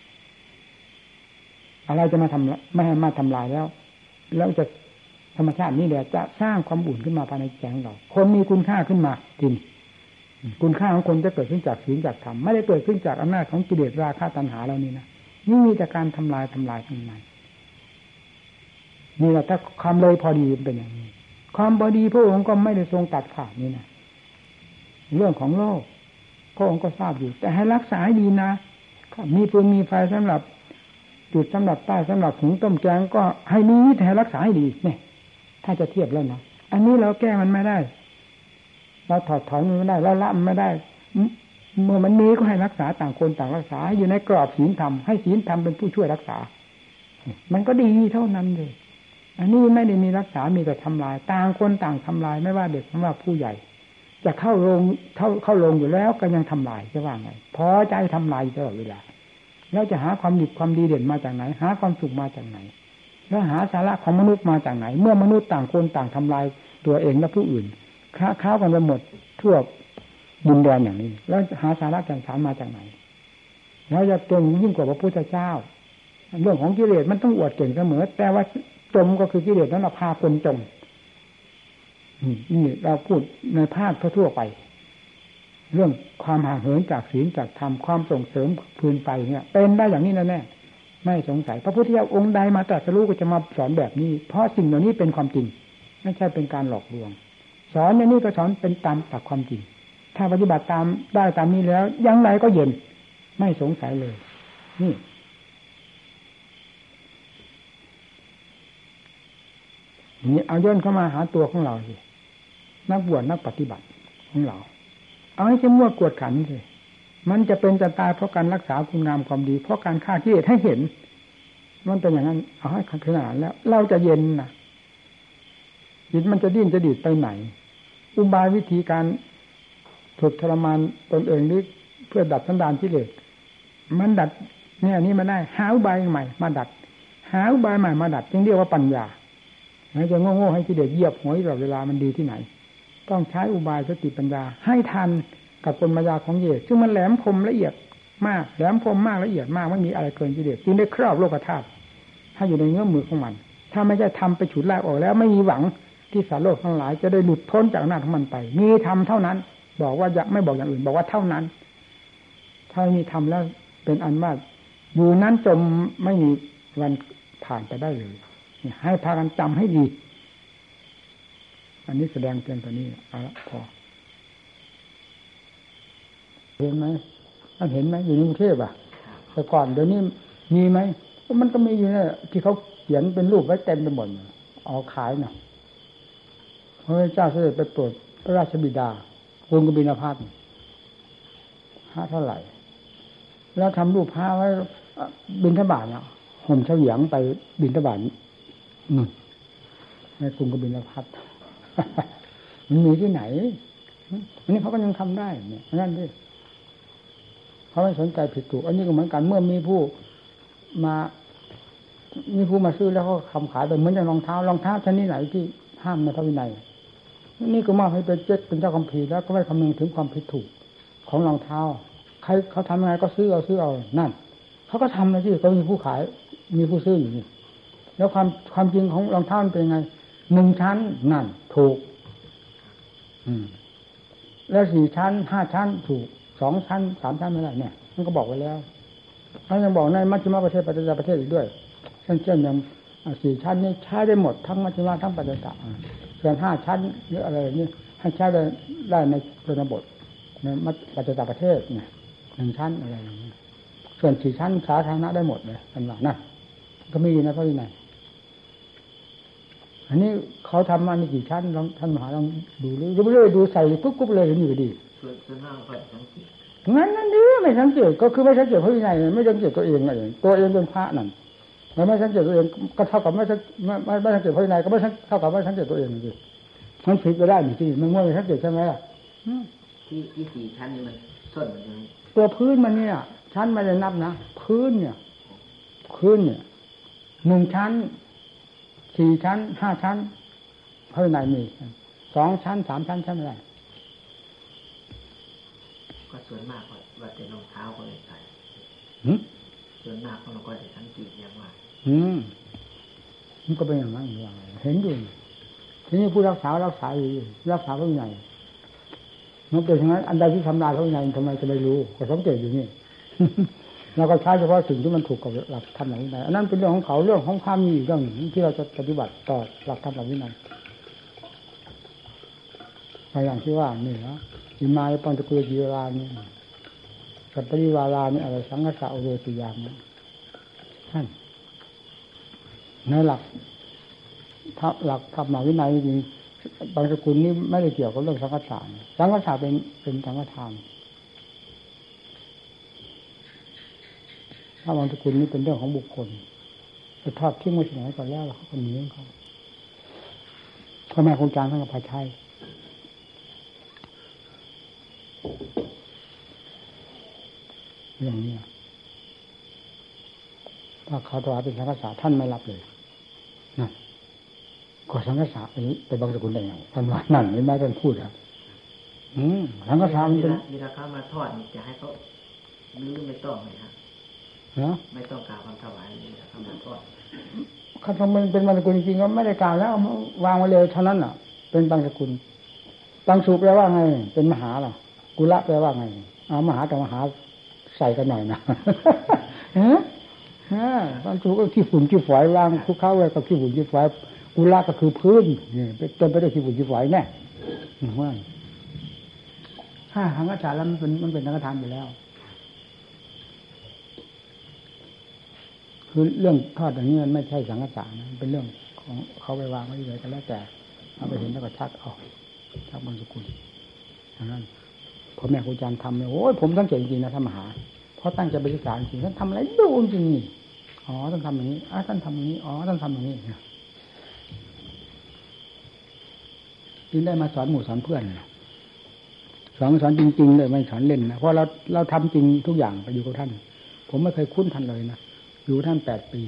อะไรจะมาทำไม่ให้มาทำลายแล้วจะธรรมชาตินี่แหละจะสร้างความอุ่นขึ้นมาภายในใจของเราคนมีคุณค่าขึ้นมาจริงคุณค่าของคนจะเกิดขึ้นจากศีลจากธรรมไม่ได้เกิดขึ้นจากอำนาจของกิเลสราคะตัณหาเรานี่นะนี่มีแต่การทำลายทั้งนั้นนี่แหละถ้าความเลยพอดีเป็นอย่างนี้ความพอดีพระองค์ก็ไม่ได้ทรงตัดขาดนี่นะเรื่องของโลกพระองค์ก็ทราบอยู่แต่ให้รักษาให้ดีนะมีฟืนมีไฟสำหรับจุดสำหรับใต้สำหรับหุงต้มแกงก็ให้มีแต่ให้รักษาให้ดีเนี่ยถ้าจะเทียบแล้วนะอันนี้เราแก้มันไม่ได้เราถอดถอนมันไม่ได้เราละมันไม่ได้เมื่อมันมีก็ให้รักษาต่างคนต่างรักษาอยู่ในกรอบศีลธรรมให้ศีลธรรมเป็นผู้ช่วยรักษามันก็ดีเท่านั้นเลยอันนี้ไม่ได้มีรักษามีแต่ทำลายต่างคนต่างทำลายไม่ว่าเด็กไม่ว่าผู้ใหญ่จะเข้าโรงอยู่แล้วก็ยังทำลายจะว่าไงพอใจทำลายตลอดเวลาแล้วจะหาความดีความดีเด่นมาจากไหนหาความสุขมาจากไหนแล้วหาสาระของมนุษย์มาจากไหนเมื่อมนุษย์ต่างคนต่างทำลายตัวเองและผู้อื่นค้ากันไปหมดทั่วดินแดนอย่างนี้แล้วหาสาระแก่นสารมาจากไหนแล้วจะจมยิ่งกว่าพระพุทธเจ้าเรื่องของกิเลสมันต้องอวดเก่งเสมอแต่ว่าจมก็คือกิเลสนั้นพาคนจมนี่เราพูดในภาคทั่วไปเรื่องความห่างเหินจากศีลจากธรรมความส่งเสริมพื้นไปเนี่ยเป็นได้อย่างนี้แน่ๆไม่สงสัยพระพุทธเจ้าองค์ใดมาตรัสรู้ก็จะมาสอนแบบนี้เพราะสิ่งเหล่านี้เป็นความจริงไม่ใช่เป็นการหลอกลวงสอนอย่างนี้ก็สอนเป็นตามหลักความจริงถ้าปฏิบัติตามได้ตามนี้แล้วยังไงก็เย็นไม่สงสัยเลยนี่เอาย่นเข้ามาหาตัวของเราสินักบวชนักปฏิบัติของเราเอาให้เข้มงวดกวดขันสิมันจะเป็นจะตายเพราะการรักษาคุณงามความดีเพราะการฆ่ากิเลสให้เห็นมันเป็นอย่างนั้นเอาให้ขนาดแล้วเราจะเย็นนะจิตมันจะดิ้นจะดีดไปไหนอุบายวิธีการฝึกทรมานตนเองนี้เพื่อดัดสันดานกิเลสมันดัดเนี่ยนี่มาได้หาอุบายใหม่มาดัดหาอุบายใหม่มาดัดจึงเรียกว่าปัญญาไม่จะโง่ๆให้กิเลสเหยียบหัวตลอดเวลามันดีที่ไหนต้องใช้อุบายสติปัญญาให้ทันกับกลมายาของกิเลสซึ่งมันแหลมคมละเอียดมากแหลมคมมากละเอียดมากไม่มีอะไรเกินกิเลสจึงได้ครอบโลกธาตุให้อยู่ในเงื้อมมือของมันถ้าไม่ใช่ทำไปฉุดลากออกแล้วไม่มีหวังที่สัตว์โลกทั้งหลายจะได้หลุดพ้นจากอำนาจของมันไปมีทำเท่านั้นบอกว่าไม่บอกอย่างอื่นบอกว่าเท่านั้นถ้ามีทำแล้วเป็นอันว่าอยู่นั้นจมไม่มีวันผ่านไปได้เลยให้พากันจำให้ดีอันนี้แสดงเพียงตัวนี้เอาละพอเห็นไหมท่านเห็นไหมอยู่ในกรุงเทพอ่ะแต่ก่อนเดี๋ยวนี้มีไหมมันก็มีอยู่เนี่ยที่เขาเขียนเป็นรูปไว้เต็มไปหมดเอาขายน่ะพระเจ้าเสด็จไปโปรดพระราชบิดากรุงกบิลพัสพระเท่าไหร่แล้วทำรูปพระไว้บิณฑบาตเนี่ยห่มเฉลียงไปบิณฑบาตในกรุงกบิลพัสมันมีที่ไหนอันนี้เขาก็ยังทำได้เนี่ยนั่นดิเขาไม่สนใจผิดถูกอันนี้ก็เหมือนกันเมื่อมีผู้มาซื้อแล้วเขาทำขายไปเหมือนอย่างรองเท้ชนิดไหนที่ห้ามในพระวินัยนี่ก็มอบให้เป็นเจ้าคัมภีร์แล้วก็ไม่คำนึงถึงความผิดถูกของรองเท้าใครเขาทำยังไงก็ซื้อเอานั่นเขาก็ทำนะที่เขามีผู้ขายมีผู้ซื้ออยู่นี่แล้วความจริงของรองเท้ามันเป็นยังไง1 ชั้นนั่นถูกแล้ว4 ชั้น5 ชั้นถูก2 ชั้น3 ชั้นไม่ได้เนี่ยมันก็บอกไว้แล้วเขายังบอกในมัชฌิมประเทศปัจจยประเทศอีกด้วยเช่นอย่าง4 ชั้นนี่ใช้ได้หมดทั้งมัชฌิมทั้งปัจจยส่วน5 ชั้นหรืออะไรนี่ให้ใช้ได้ในชนบทในปัจจยประเทศเนี่ย1 ชั้นอะไรอย่างนี้ส่วน4 ชั้นสาธารณะได้หมดเลยอันว่านั่นก็มีนะพระวินัยอันนี้เขาทำมานี่กี่ชั้นลองท่านมหาลองดูเลยดูใส่กุ๊บเลยนี่ก็ดีส่วนมากก็สังเกตนั่นดิไม่สังเกตก็คือไม่สังเกตพระวินัยไม่สังเกตตัวเองอะไรตัวเองเป็นพระนั่นไม่สังเกตตัวเองก็เท่ากับไม่สังเกตพระวินัยก็ไม่เท่ากับไม่สังเกตตัวเองสิมันผิดก็ได้นี่ที่มันไม่สังเกตใช่ไหมล่ะที่4 ชั้นนี่มันส้นมันตัวพื้นมันเนี่ยชั้นไม่ได้นับนะพื้นเนี่ย1 ชั้น4 ชั้น5 ชั้นพระวินัยมี2 ชั้น3 ชั้นใช่ไหมล่ะก็ส่วนมากว่าแต่รองเท้าก็เลยใส่ส่วนมากเราก็จะสังเกตอย่างว่ามันก็เป็นอย่างนั้นอยู่เห็นอยู่ทีนี้ผู้รักษาอยู่รักษาพระวินัยมันเป็นอย่างนั้นอันใดที่ทำลายพระวินัยทำไมจะไม่รู้ก็สังเกตอยู่นี่เราก็ใช้เฉพาะสิ่งที่มันถูกกับหลักธรรมหลักวินัยอันนั้นเป็นเรื่องของเขาเรื่องของความมีอีกเรื่องหนึ่งที่เราจะปฏิบัติต่อหลักธรรมหลักวินัยอย่างที่ว่านี่นะอิมาปัญจกุลจีรานี่สัพพริวารานี่อะไรสังฆะโอโรติยามนะท่านในหลักธรรมวินัยจริงบางสกุลนี่ไม่ได้เกี่ยวกับเรื่องสังฆทานสังฆทานเป็นสังฆทานถ้าบางสกุลนี่เป็นเรื่องของบุคคลจะทอดทิ้งไว้ที่ไหนก่อนแล้วเขาก็หนีของเขาพ่อแม่ครูอาจารย์ท่านก็พาใช้เรื่องนี้ถ้าเขาถวายเป็นสังฆทานท่านไม่รับเลยนั่นคก็สังฆสารไปบางสกุลได้ไงท่านว่านั่นไม่แม้ท่านพูดอ่ะสังฆสารมันเป็นมีราคามาทอดจะให้เขาลื้อไม่ต้องเลยฮะไม่ต้องกราบคำถวายมีราคามาทอดข้าทำมันเป็นบางสกุลจริงๆก็ไม่ได้กล่าวแล้ววางไว้เลยเท่านั้นอ่ะเป็นบางสกุลบางสุแปลว่าไงเป็นมหาล่ะกุละแปลว่าไงเอามหากับมหาใส่กันหน่อยนะบางสุก็ขี้ฝุ่นขี้ฝอยวางคุกเข้าไว้กับขี้ฝุ่นขี้ฝอยกุละก็คือพื้นนี่เต็มไปด้วยขี้ฝุ่นขี้ฝอยแน่ว่าถ้าหังอาจารย์แล้วมันเป็นสังฆทานอยู่แล้วคือเรื่องทอดอย่างนี้มันไม่ใช่สังฆทานนะเป็นเรื่องของเขาไปวางไว้เลยกันแล้วแต่เอาไปเห็นแล้วก็ชักออกชักบางสกุลดังนั้นพ่อแม่ครูอาจารย์ทำเนี่ยโอ้ยผมตั้งใจจริงๆนะทำมหาเพราะตั้งใจไปศึกษาจริงท่านทำอะไรดูจริงนี่อ๋อท่านทำอย่างนี้ท่านทำอย่างนี้อ๋อท่านทำอย่างนี้จึงได้มาสอนหมู่สอนเพื่อนสอนจริงๆเลยไม่สอนเล่นนะเพราะเราทำจริงทุกอย่างไปอยู่กับท่านผมไม่เคยคุ้นท่านเลยนะอยู่ท่าน8 ปี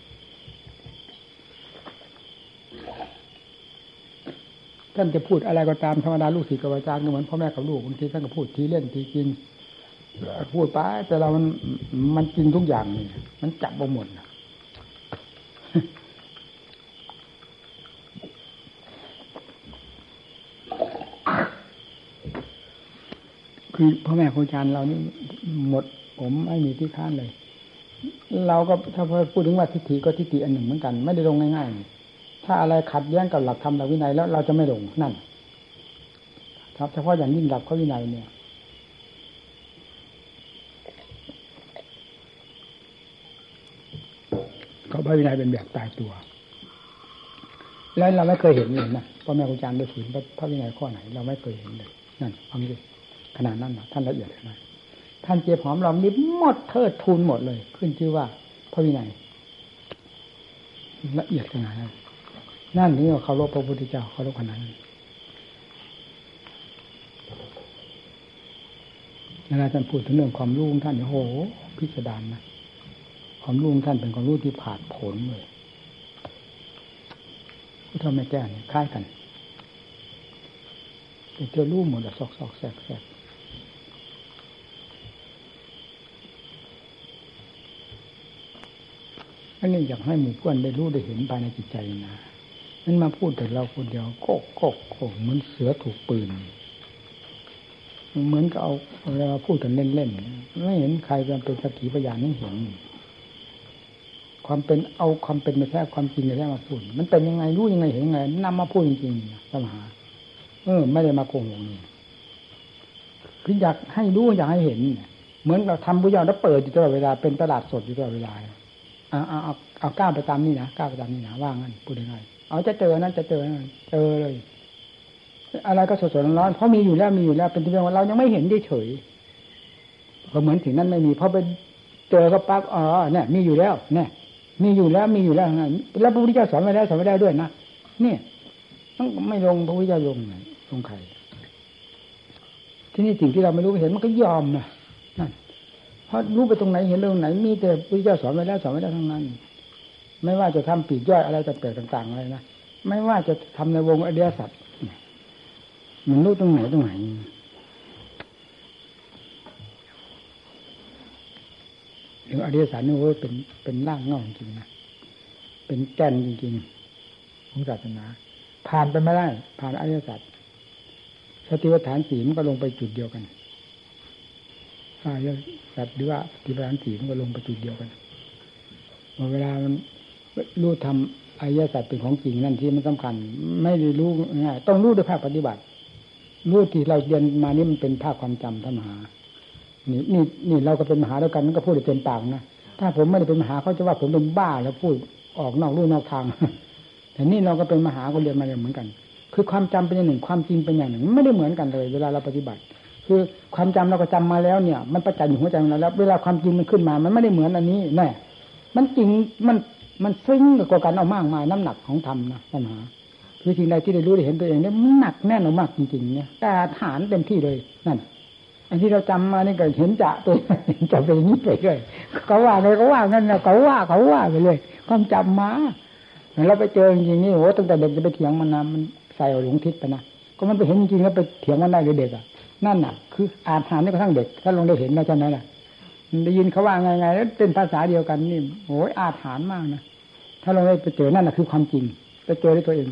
ท่านจะพูดอะไรก็ตามธรรมดาลูกศิษย์กับอาจารย์ก็เหมือนพ่อแม่กับลูกบางทีท่านก็พูดทีเล่นทีจริงพูดไปแต่เรามันจริงทุกอย่างนี่มันจับบ่หมดคือพ่อแม่ครูอาจารย์เรานี่หมดผมไม่มีที่ค้านเลยเราก็ถ้าพูดถึงว่าทิฏฐิก็ทิฏฐิอันหนึ่งเหมือนกันไม่ได้ลงง่ายๆถ้าอะไรขัดแย้งกับหลักธรรมหลักวินัยแล้วเราจะไม่ลงนั่นครับเฉพาะอย่างยิ่งหลักข้อวินัยเนี่ยเขาพระวินัยเป็นแบบตายตัวแล้วเราไม่เคยเห็นเลยนะพ่อแม่ครูอาจารย์ได้ฝืนพระวินัยข้อไหนเราไม่เคยเห็นเลยนั่นฟังดิขนาดนั้นนะท่านละเอียดนะท่านเจ็บหอมรอมริบหมดเทิดทูนหมดเลยขึ้นชื่อว่าพระวินัยละเอียดขนาดนั้นนั่นนี่เคารพพระพุทธเจ้าเคารพขนาดนั้นเวลาท่านพูดถึงเรื่องความรู้ของท่านเนี่ยโอ้โหพิสดารนะความรู้ของท่านเป็นความรู้ที่ผ่านผลเลยผู้เฒ่าแม่แก่เนี่ยคล้ายกันแต่เจอรู้หมดอะซอกแซกอันนี้อยากให้หมู่เพื่อนได้รู้ได้เห็นภายในจิตใจนะนั่นมาพูดแต่เราคนเดียวโกเหมือนเสือถูกปืนเหมือนกับเอาเวลาพูดกันเล่นๆไม่เห็นใครเป็นสักขีพยานให้เห็นความเป็นเอาความเป็นมาแท้ความจริงมาแท้มาพูดมันเป็นยังไงรู้ยังไงเห็นยังไงนำมาพูดจริงๆปัญหาไม่ได้มาโกหกนี่คืออยากให้รู้อยากให้เห็นเหมือนเราทำบุญยอดแล้วเปิดอยู่ตลอดเวลาเป็นตลาดสดอยู่ตลอดเวลาเอาก้าวไปตามนี่นะก้าวไปตามนี่นะว่างั้นพูดง่ายๆเอาจะเจอนั่นจะเจอนั่นเจอเลยอะไรก็สดๆร้อนๆเพราะมีอยู่แล้วเป็นที่เรื่องว่าเรายังไม่เห็นเฉยๆเพราะเหมือนถึงนั้นไม่มีเพราะไปเจอก็ปั๊บเนี่ยมีอยู่แล้วเนี่ยมีอยู่แล้วแล้วพระพุทธเจ้าสอนไว้แล้วสอนไว้ได้ด้วยนะเนี่ยต้องไม่ลงพระพุทธเจ้าลงใครที่นี่สิ่งที่เราไม่รู้เห็นมันก็ยอมนะนั่นเพราะรู้ไปตรงไหนเห็นตรงไหนมีแต่พระพุทธเจ้าสอนไว้แล้วทั้งนั้นไม่ว่าจะทำปีกย่อยอะไรต่างๆอะไรนะไม่ว่าจะทำในวงอริยสัจมันรู้ตรงไหนหรืออริยสัจนี่ว่าเป็นร่างเงาจริงๆนะเป็นแก่นจริงๆของศาสนาผ่านไปไม่ได้ผ่านอริยสัจสติปัฏฐาน4มันก็ลงไปจุดเดียวกันอริยสัจหรือว่าสติปัฏฐาน4มันก็ลงไปจุดเดียวกันเวลามันรู้ทำอริยสัจเป็นของจริงนั่นที่มันสำคัญไม่ได้รู้ง่ายต้องรู้ด้วยภาคปฏิบัติรู้ที่เราเรียนมานี่มันเป็นภาคความจำธรรมะนี่เราก็เป็นมหาแล้วกันมันก็พูดได้เต็มปากนะถ้าผมไม่ได้เป็นมหาเขาจะว่าผมเป็นบ้าแล้วพูดออกนอกลู่นอกทางแต่นี่เราก็เป็นมหาก็เรียนมาเหมือนกันคือความจำเป็นอย่างหนึ่งความจริงเป็นอย่างหนึ่งไม่ได้เหมือนกันเลยเวลาเราปฏิบัติคือความจำเราก็จำมาแล้วเนี่ยมันประจักษ์อยู่หัวใจของเราแล้วเวลาความจริงมันขึ้นมามันไม่ได้เหมือนอันนี้แน่มันจริงมันซึ้งกว่ากันเอามากมายน้ำหนักของธรรมนะปัญหาคือสิ่งใดที่ได้รู้ได้เห็นตัวเองเนี่ยมันหนักแน่นมากจริงๆเนี่ยแต่ฐานเต็มที่เลยนั่นอันที่เราจำมานี่ก็เห็นจะตัวเห็นจะเป็นอย่างนี้ไปเลยเขาว่าไงก็ว่างั้นนะเขาว่าไปเลยความจำมาเราไปเจอจริงๆนี่โอ้ตั้งแต่เด็กจะไปเถียงมันนะมันใส่หลงทิศไปนะก็มันไปเห็นจริงๆแล้วไปเถียงมันได้เลยเด็กอ่ะนั่นน่ะคืออ่านนี่กระทั่งเด็กถ้าลงได้เห็นแล้วใช่ไหมล่ะได้ยินเขาว่าไงแล้วเป็นภาษาเดียวกันนี่โอ้ยอาถรรพ์มากนะถ้าเราได้ไปเจอนั่นน่ะคือความจริงไปเจอด้วยตัวเอง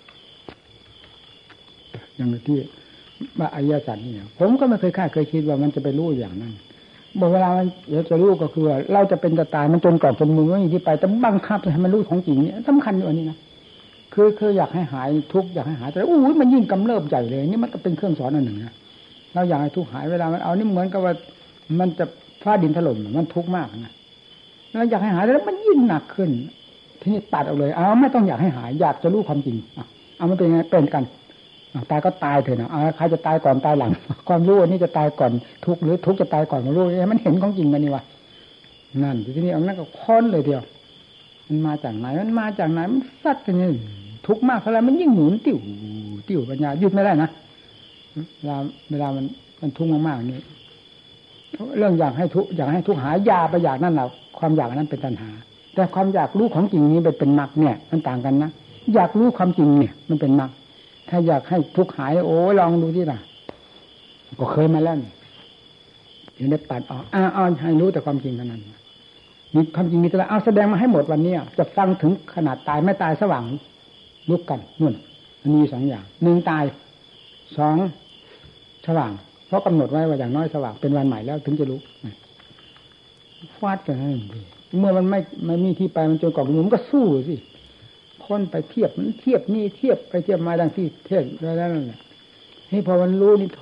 อย่างที่ว่าอริยสัจนี่ผมก็ไม่เคยคาดเคยคิดว่ามันจะไปรู้อย่างนั้นบอกเวลามันจะรู้ก็คือว่าเราจะเป็นจะตายมันจนก่อนจนมือไม่มีที่ไปแต่บังคับให้มันรู้ของจริงเนี่ยสำคัญอยู่อันนี้นะคืออยากให้หายทุกข์อยากให้หายแต่อู้ยมันยิ่งกำเริบใหญ่เลยนี่มันก็เป็นเครื่องสอนอันหนึ่งนะเราอยากให้ทุกข์หายเวลามันเอานี่เหมือนกับว่ามันจะฟ้าดินถล่มมันทุกข์มากนะเราอยากให้หายแล้วมันยิ่งหนักขึ้นทีนี้ตัดออกเลยเอาไม่ต้องอยากให้หายอยากจะรู้ความจริงเอามันเป็นไงเป็นกันตายก็ตายเถอะนะใครจะตายก่อนตายหลังความรู้อันนี้จะตายก่อนทุกข์หรือทุกข์จะตายก่อนความรู้มันเห็นของจริงกันนี่วะนั่นทีนี้เอานั่นก็ค้นเลยเดียวมันมาจากไหนมันมาจากไหนมันซัดกันนี่ทุกข์มากเท่าไรมันยิ่งหมุนติ้วปัญญาหยุดไม่ได้นะเวลามันทุกข์มากๆนี่เรื่องอยากให้ทุกข์หายยาไปอยากนั่นแหละความอยากนั้นเป็นตัณหาแต่ความอยากรู้ของจริงนี้เป็นมรรคเนี่ยมันต่างกันนะอยากรู้ความจริงเนี่ยมันเป็นมรรคถ้าอยากให้ทุกข์หายโอ้ลองดูที่ล่ะก็เคยมาแล้วถึงได้ปัดออกให้รู้แต่ความจริงเท่านั้นมีความจริงมีแต่เอาแสดงมาให้หมดวันนี้จะฟังถึงขนาดตายไม่ตายสว่างลุกกันนู่นมันมีสองอย่างหนึ่งตายสองสว่างเพราะกำหนดไว้ว่าอย่างน้อยสว่างเป็นวันใหม่แล้วถึงจะลุกฟาดกันให้ดีเมื่อมันไม่มีที่ไปมันจนกรอบมันก็สู้สิคนไปเทียบนี่เทียบไปเทียบมาดังที่เทศแล้วนั่นแหละให้พอมันรู้นี่โถ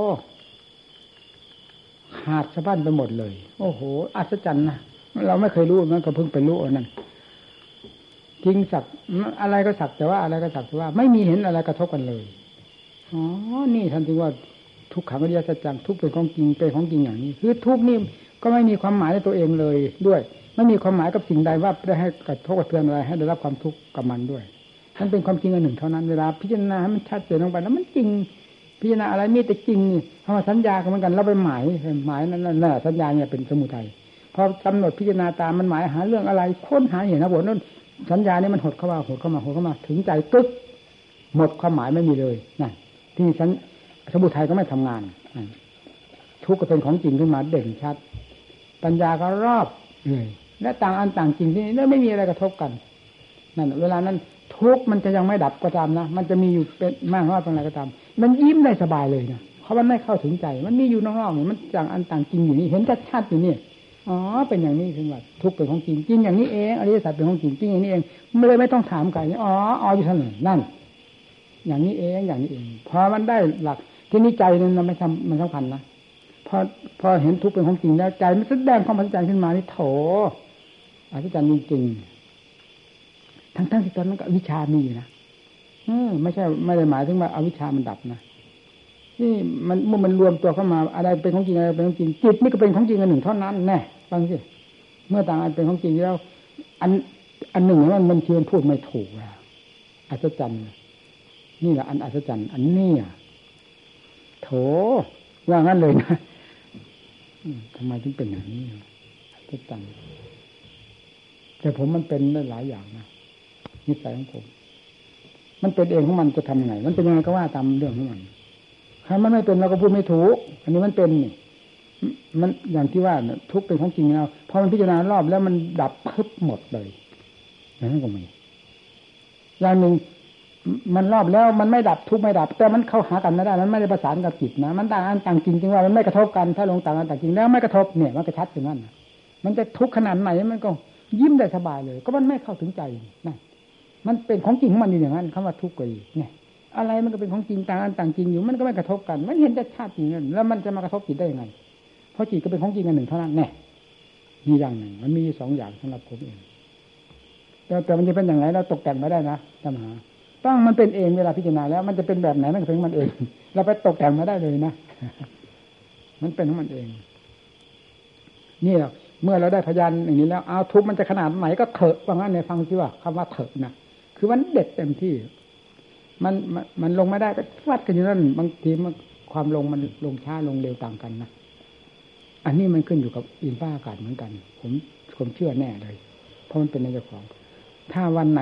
ขาดสะบั้นไปหมดเลยโอ้โหอัศจรรย์นะเราไม่เคยรู้มันก็เพิ่งไปรู้อันนั้นจริงสักอะไรก็สักแต่ว่าอะไรก็สักแต่ว่าไม่มีเห็นอะไรกระทบกันเลยอ๋อนี่ท่านจึงว่าทุกขังอริยสัจจังทุกเป็นของจริงเป็นของจริงอย่างนี้คือทุกนี่ก็ไม่มีความหมายในตัวเองเลยด้วยไม่มีความหมายกับสิ่งใดว่าได้ให้กระทบกระเทือนอะไรให้ได้รับความทุกข์กับมันด้วยมันเป็นความจริงอันหนึ่งเท่านั้นเวลาพิจารณาให้มันชัดเจนลงไปแล้วมันจริงพิจารณาอะไรมีแต่จริงนี่เพราะว่าสัญญากันเหมือนกันเราไปหมายนั่นแหละสัญญาเนี่ยเป็นสมุทัยพอกำหนดพิจารณาตามมันหมายหาเรื่องอะไรค้นหาเห็นนะบทนั้นสัญญานี่มันหดเข้ามาถึงใจตึ๊กหมดความหมายไม่มีเลยนั่นที่สมุทัยก็ไม่ทำงานทุกข์ก็เป็นของจริงขึ้นมาเด่นชัดปัญญาก็รอบเลยและต่างอันต่างจริงที่นี่ไม่มีอะไรกระทบกันนั่นเวลานั้นทุกข์มันจะยังไม่ดับก็ตามนะมันจะมีอยู่เป็นมากน้อยเท่าไรก็ตามมันยิ้มได้สบายเลยนะเพราะมันไม่เข้าถึงใจมันมีอยู่นอกๆนี่มันต่างอันต่างจริงอยู่นี่เห็นชัดๆอยู่นี่อ๋อเป็นอย่างนี้คือว่าทุกข์เป็นของจริงจริงอย่างนี้เองอริยสัจเป็นของจริงจริงอย่างนี้เองไม่ต้องถามใครอ๋ออยู่เท่านั้นนั่นอย่างนี้เองพอมันได้หลักที่นี่ใจนั้นมันไม่ทำมันสำคัญนะพอเห็นทุกข์เป็นของจริงแล้วใจมันแสดงความอัศจรรย์ขึ้นมานี่โถอัศจรรย์จริงๆทั้งที่ตอนนั้นก็วิชามีอยู่นะไม่ได้หมายถึงว่าอวิชชามันดับนะนี่มันเมื่อมันรวมตัวเข้ามาอะไรเป็นของจริงอะไรเป็นของจริงจิตนี่ก็เป็นของจริงอันหนึ่งเท่านั้นแน่ฟังสิเมื่อต่างอันเป็นของจริงแล้วอันหนึ่งมันเชื่อพูดไม่ถูกแล้วอัศจรรย์นี่แหละอันอัศจรรย์อันนี้โถว่างั้นเลยนะทำไมถึงเป็นอย่างนี้อัศจรรย์แต่ผมมันเป็นได้หลายอย่างนะนิสัยของผมมันเป็นเองของมันจะทำไงมันเป็นยังไงก็ว่าตามเรื่องของมันถ้ามันไม่เป็นเราก็พูดไม่ถูกอันนี้มันเป็นนี่มันอย่างที่ว่าทุกเป็นของจริงแล้วพอมันพิจารณารอบแล้วมันดับพึบหมดเลยอย่างนั้นก็มีอย่างหนึ่งมันรอบแล้วมันไม่ดับทุกไม่ดับแต่มันเข้าหากันไม่ได้มันไม่ได้ประสานกับจิตนะมันต่างอันต่างจริงจริงว่ามันไม่กระทบกันถ้าลงต่างอันต่างจริงแล้วไม่กระทบเนี่ยมันก็ชัดอย่างนั้นมันจะทุกข์ขนาดไหนมันก็ยิ้มได้สบายเลยก็มันไม่เข้าถึงใจนั่นมันเป็นของจริงของมันอยู่อย่างนั้นคำว่าทุกข์ก็อีกเนี่ยอะไรมันก็เป็นของจริงต่างอันต่างจริงอยู่มันก็ไม่กระทบกันมันเห็นจะชัดจริงนั่นแล้วมันจะมากระทบจิตได้ยังไงเพราะจิตก็เป็นของจริงอันหนึ่งเท่านั้นแน่มีอย่างหนึ่งมันมีสองอย่างสำหรับผมเองแต่มันจะเป็นอย่างไรเราตกแต่งไม่ได้นะปัญหาต้องมันเป็นเองเวลาพิจารณาแล้วมันจะเป็นแบบไหนมันก็เป็นมันเองเราไปตกแต่งไม่ได้เลยนะมันเป็นของมันเองนี่แหละเมื่อเราได้พยานอย่างนี้แล้วเอาทุกมันจะขนาดไหนก็เถอะว่างั้นเนี่ยฟังสิว่าคำว่าเถอะนะคือมันเด็ดเต็มที่มันลงไม่ได้ก็วัดกันอยู่นั่นบางทีมันความลงมันลงช้าลงเร็วต่างกันนะอันนี้มันขึ้นอยู่กับอินฟ้าอากาศเหมือนกันผมเชื่อแน่เลยเพราะมันเป็นในเจ้าของถ้าวันไหน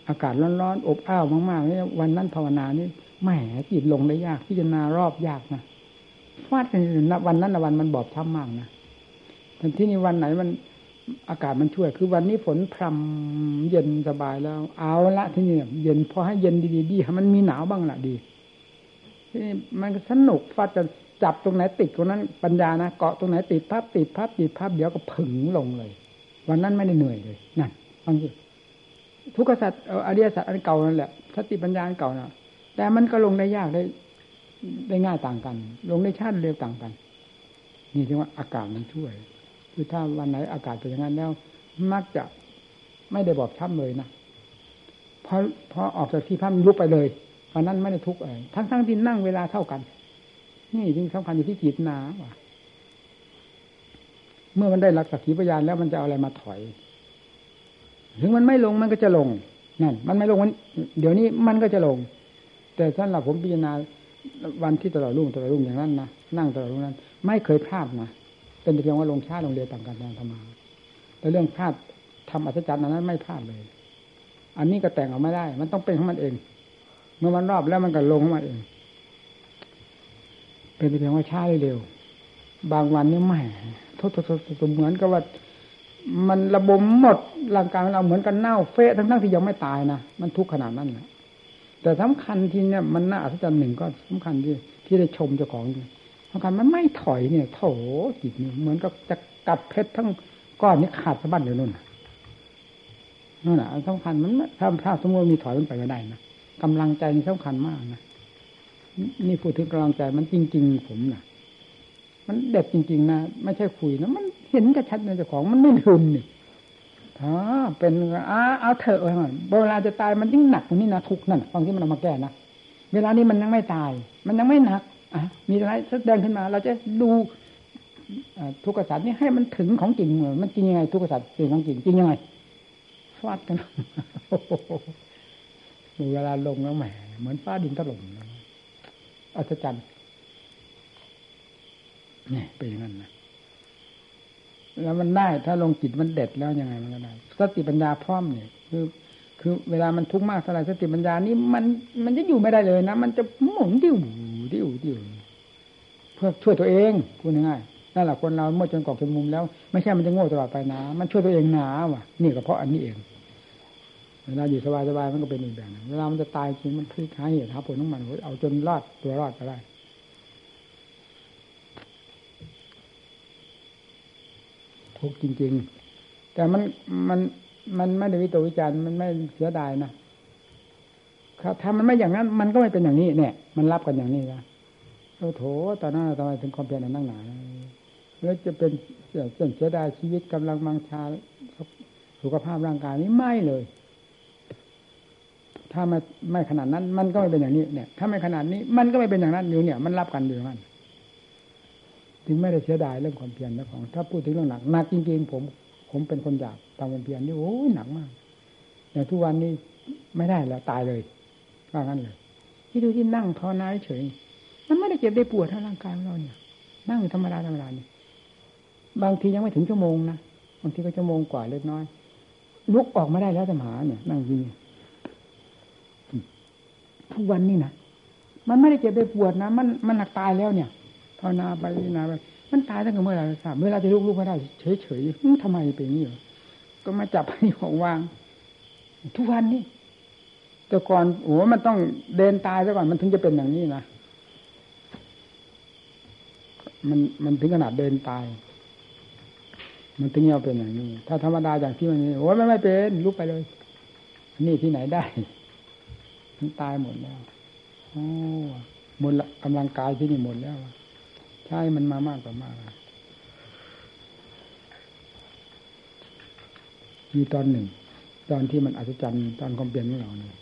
อากาศร้อนๆอบอ้าวมากๆนี่วันนั้นภาวนานี่แหมจิตลงได้ยากพิจารณารอบยากนะฟาดกันวันนั้นวันมันบอบช้ำมากนะแต่ที่นี่วันไหนมันอากาศมันช่วยคือวันนี้ฝนพรำเย็นสบายแล้วเอาละที่นี่เย็นพอให้เย็นดีๆมันมีหนาวบ้างละดีที่นี่มันก็สนุกฟาดจะจับตรงไหนติดตรงนั้นปัญญานะเกาะตรงไหนติดพับเดี๋ยวก็ผึ่งลงเลยวันนั้นไม่ได้เหนื่อยเลยนั่นฟังสิทุกขสัจอริยสัจอันเก่านั่นแหละสติปัญญาอันเก่าน่ะแต่มันก็ลงได้ยากได้ง่ายต่างกันลงได้ช้าเร็วต่างกันนี่ที่ว่าอากาศมันช่วยคือถ้าวันไหนอากาศเป็นอย่างนั้นแล้วมักจะไม่ได้บอบช้ำเลยนะพอออกจากที่พักลุกไปเลยวันนั้นไม่ได้ทุกข์อะไรทั้งที่นั่งเวลาเท่ากันนี่จึงสำคัญอยู่ที่จิตนาว่ะเมื่อมันได้หลักสักขีพยานแล้วมันจะเอาอะไรมาถอยถึงมันไม่ลงมันก็จะลงนั่นมันไม่ลงเดี๋ยวนี้มันก็จะลงแต่สำหรับผมพิจารณาวันที่ตลอดรุ่งอย่างนั้นนะนั่งตลอดรุ่งนั้นไม่เคยพลาดนะเป็นเพียงว่าลงช้าลงเร็วต่างกันทางธรรมะแต่เรื่องพลาดทำอัศจรรย์นั้นไม่พลาดเลยอันนี้ก็แต่งออกไม่ได้มันต้องเป็นของมันเองเมื่อมันรอบแล้วมันก็ลงของมันเองเป็นเพียงว่าช้าเร็วบางวันนี่แหมทดเหมือนกับว่ามันระบมหมดร่างกายเราเหมือนกันเน่าเฟะทั้งที่ยังไม่ตายนะมันทุกข์ขนาดนั้นนะแต่สำคัญที่เนี่ยมันน่าอัศจรรย์หนึ่งก็สำคัญที่ได้ชมเจ้าของสำคัญมันไม่ถอยเนี่ยโถจิตนี่เหมือนกับจะกัดเพชรทั้งก้อนนี้ขาดสะบั้นอยู่นู่นนั่นแหละสำคัญมันถ้าสมมติมีถอยมันไปไม่ได้นะกำลังใจนี่สำคัญมากนะนี่พูดถึงกำลังใจมันจริงๆผมนะมันเด็ดจริงๆนะไม่ใช่คุยนะมันเห็นชัดในเจ้าของมันไม่ลืมนี่เป็นเอาเถอะเวลาจะตายมันยิ่งหนักตรงนี้นะทุกนั่นฟังที่มันเอามาแก้นะเวลานี้มันยังไม่ตายมันยังไม่หนักมีอะไรแสดงขึ้นมาเราจะดูทุกขสัจนี่ให้มันถึงของจริงมันจริงยังไงทุกขสัจเป็นของจริงยังไงฟาดกันเวลาลงแล้วแหมเหมือนฟ้าดินถล่มอัศจรรย์นี่เป็นอย่างนั้นนะแล้วมันได้ถ้าลงจิตมันเด็ดแล้วยังไงมันก็ได้สติปัญญาพร้อมเนี่ยคือเวลามันทุกข์มากเท่าไหร่สติปัญญานี่มันจะอยู่ไม่ได้เลยนะมันจะหมุนดิ้วเพื่อช่วยตัวเองพูดง่ายๆนั่นแหละคนเราเมื่อจนกรอบจนมุมแล้วไม่ใช่มันจะโง่ตลอดไปนะมันช่วยตัวเองหนาว่ะนี่ก็เพราะอันนี้เองเวลาอยู่สบายๆมันก็เป็นอีกแบบนึงเวลามันจะตายจริงมันพลิกหาเหตุหาผลของมันเอาจนรอดตัวรอดไปได้ทุกจริงๆแต่มันไม่ได้วิตกวิจารณ์มันไม่เสียดายนะถ้ามันไม่อย่างนั้นมันก็ไม่เป็นอย่างนี้เนี่ยมันรับกันอย่างนี้นะโอ้โถตอนนั้นทำไมถึงความเพียรนั่งหนาแล้วจะเป็นเสียดายชีวิตกำลังมังชาสุขภาพร่างกายนี้ไม่เลยถ้าไม่ขนาดนั้นมันก็ไม่เป็นอย่างนี้เนี่ยถ้าไม่ขนาดนี้มันก็ไม่เป็นอย่างนั้นอยู่เนี่ยมันรับกันอยู่มันถึงไม่ได้เสียดายเรื่องความเพียรและของถ้าพูดถึงเรื่องหนักจริงๆผมเป็นคนอยากทำความเพียรนี่โอ้ยหนักมากอย่างทุกวันนี้ไม่ได้แล้วตายเลยว่างั้นเลยที่ดูที่นั่งภาวนาเฉยมันไม่ได้เจ็บได้ปวดทั้งร่างกายของเราเนี่ยนั่งธรรมดานี่บางทียังไม่ถึงชั่วโมงนะบางทีก็ชั่วโมงกว่าเล็กน้อยลุกออกมาได้แล้วแต่หาเนี่ยนั่งยินทุกวันนี่นะมันไม่ได้เจ็บได้ปวดนะมันหนักตายแล้วเนี่ยภาวนาไปมันตายตั้งแต่เมื่อไหร่ทราบเวลาจะลุกไม่ได้เฉยๆทำไมเป็นอย่างนี้ก็มาจับให้ของวางทุกวันนี่แต่ก่อนโอ้มันต้องเดินตายซะก่อนมันถึงจะเป็นอย่างนี้นะมันถึงขนาดเดินตายมันถึงจะเป็นอย่างนี้ถ้าธรรมดาอย่างที่มันนี่โอ้ไม่เป็นลุกไปเลยนี่ที่ไหนได้มันตายหมดแล้วโอ้หมดละกำลังกายที่นี่หมดแล้วใช่มันมามากกว่ามากมีตอนหนึ่งตอนที่มันอัศจรรย์ตอนความเปลี่ยนของเราเนี่ย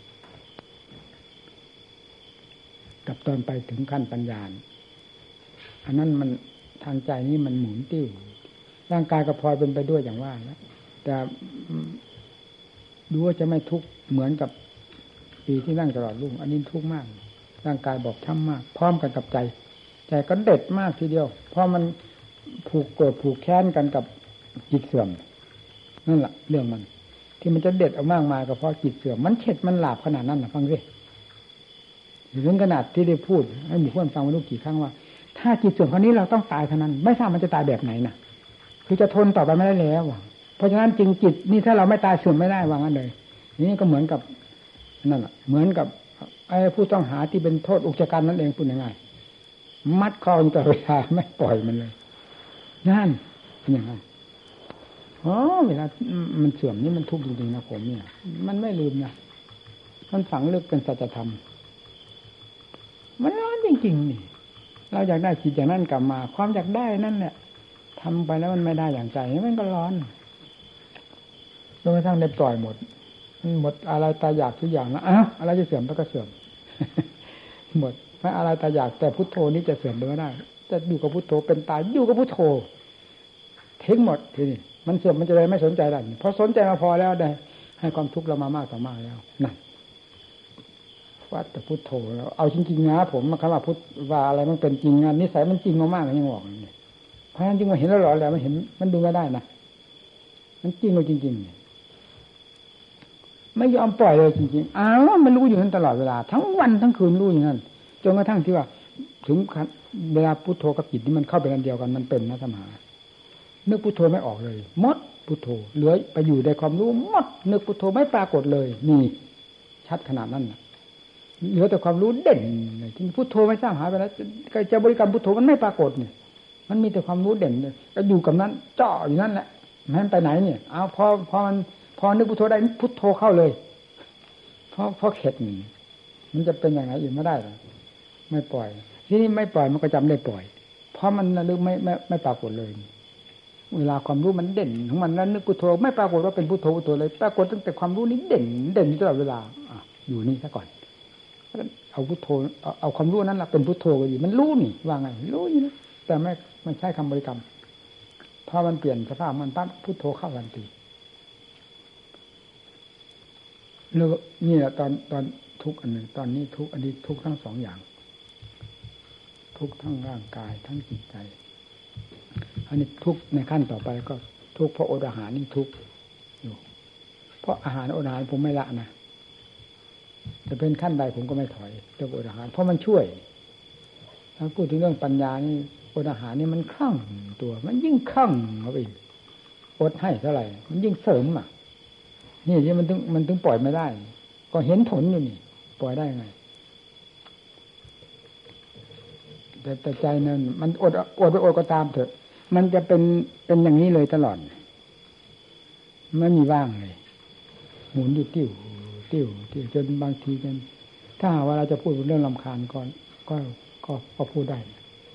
กับตอนไปถึงขั้นปัญญาอันนั้นมันทางใจนี่มันหมุนติ้วร่างกายก็พลอยเป็นไปด้วยอย่างว่าแล้วแต่ดูว่าจะไม่ทุกข์เหมือนกับปีที่นั่งตลอดรุ่งอันนี้ทุกข์มากร่างกายบอกช้ำมากพร้อมกันกับใจก็เด็ดมากทีเดียวเพราะมันผูกโกรธผูกแค้นกันกับจิตเสื่อมนั่นแหละเรื่องมันที่มันจะเด็ดเอามากมายก็เพราะจิตเสื่อมมันเฉดมันหลาบขนาดนั้นนะฟังสิถึงขนาดที่ได้พูดให้หมู่เพื่อนฟังมารู้กี่ครั้งว่าถ้าจิตเสื่อมคราวนี้เราต้องตายเท่านั้นไม่ทราบมันจะตายแบบไหนนะคือจะทนต่อไปไม่ได้แล้วเพราะฉะนั้นจริงจิตนี่ถ้าเราไม่ตายเสื่อมไม่ได้ว่างั้นเลยนี่ก็เหมือนกับนั่นแหละเหมือนกับไอ้ผู้ต้องหาที่เป็นโทษอุกชะกันนั่นเองพูดง่ายๆมัดคออยู่ตลอดเวลาไม่ปล่อยมันเลยนั่นเป็นอย่างนั้นเวลามันเสื่อมนี่มันทุกข์จริงๆนะผมเนี่ยมันไม่ลืมนะมันฝังลึกเป็นสัจธรรมมันร้อนจริงๆนี่เราอยากได้จิตอย่างนั้นกลับมาความอยากได้นั่นแหละทำไปแล้วมันไม่ได้อย่างใจมันก็ร้อนจนกระทั่งได้ปล่อยหมดอะไรตาอยากทุกอย่างนะอะไรจะเสื่อมก็เสื่อมหมดไม่อะไรตาอยากแต่พุทโธนี้จะเสื่อมไปไม่ได้จะอยู่กับพุทโธเป็นตายอยู่กับพุทโธทิ้งหมดทีนี้มันเสื่อมมันจะเลยไม่สนใจแล้วเพราะสนใจมาพอแล้วได้ให้ความทุกข์เรามามากต่อมากแล้วนั่นวัดแต่พุทโธแล้วเอาจริงๆนะผมคำว่าพุทว่าอะไรมันเป็นจริงงานนิสัยมันจริงมากๆยังบอกนี่เพราะฉะนั้นจึงมาเห็นแล้วหรอแล้วมันเห็นมันดูไม่ได้นะมันจริงเลยจริงๆไม่ยอมปล่อยเลยจริงๆมันรู้อยู่นั้นตลอดเวลาทั้งวันทั้งคืนรู้อย่างนั้นจนกระทั่งที่ว่าถึงเวลาพุทโธกับจิตนี่มันเข้าไปอันเดียวกันมันเป็นนะสมหานึกพุทโธไม่ออกเลยมดพุทโธเหลือไปอยู่ในความรู้มดนึกพุทโธไม่ปรากฏเลยนี่ชัดขนาดนั้นนะเหลือแต่ความรู้เด่นเลยที่พุทโธไม่ทราบหายไปแล้วจะบริกรรมพุทโธมันไม่ปรากฏเนี่ยมันมีแต่ความรู้เด่นเลยก็อยู่กับนั้นเจาะอยู่นั่นแหละมันไปไหนเนี่ยพอนึกพุทโธได้พุทโธเข้าเลยเพราะเข็ดมันจะเป็นอย่างไรอีกไม่ได้หรอกไม่ปล่อยที่นี่ไม่ปล่อยมันก็จำได้ปล่อยเพราะมันระลึกไม่ปรากฏเลยเวลาความรู้มันเด่นของมันแล้วนึกพุทโธไม่ปรากฏว่าเป็นพุทโธเลยปรากฏตั้งแต่ความรู้นี้เด่นตลอดเวลาอยู่นี่ซะก่อนเอาพุทโธเอาความรู้นั้นแหละเป็นพุทโธก็ดีมันรู้นี่ว่าไงรู้อยู่นะแต่ไม่ใช่คำบริกรรมพอมันเปลี่ยนสภาพมันปั๊บพุทโธเข้าทันทีแล้วนี่แหละตอนทุกอันหนึ่งตอนนี้ทุกอันนี้ทุกทั้งสองอย่างทุกทั้งร่างกายทั้งจิตใจอันนี้ทุกในขั้นต่อไปก็ทุกเพราะอดอาหารนี่ทุกอยู่เพราะอาหารอดอาหารผมไม่ละนะจะเป็นขั้นใดผมก็ไม่ถอยเรื่องอดอาหารเพราะมันช่วยถ้าพูดถึงเรื่องปัญญานี่อดอาหารนี่มันคลั่งตัวมันยิ่งคลั่งเข้าไปอดให้เท่าไหร่มันยิ่งเสริมนี่ที่มันถึงปล่อยไม่ได้ก็เห็นผลอยู่นี่ปล่อยได้ไงแต่ใจนั้นมันอดไปอดก็ตามเถอะมันจะเป็นอย่างนี้เลยตลอดไม่มีว่างเลยหมุนอยู่ติ้วจนบางทีกันถ้าว่าเราจะพูดเรื่องรำคาญก็พูดได้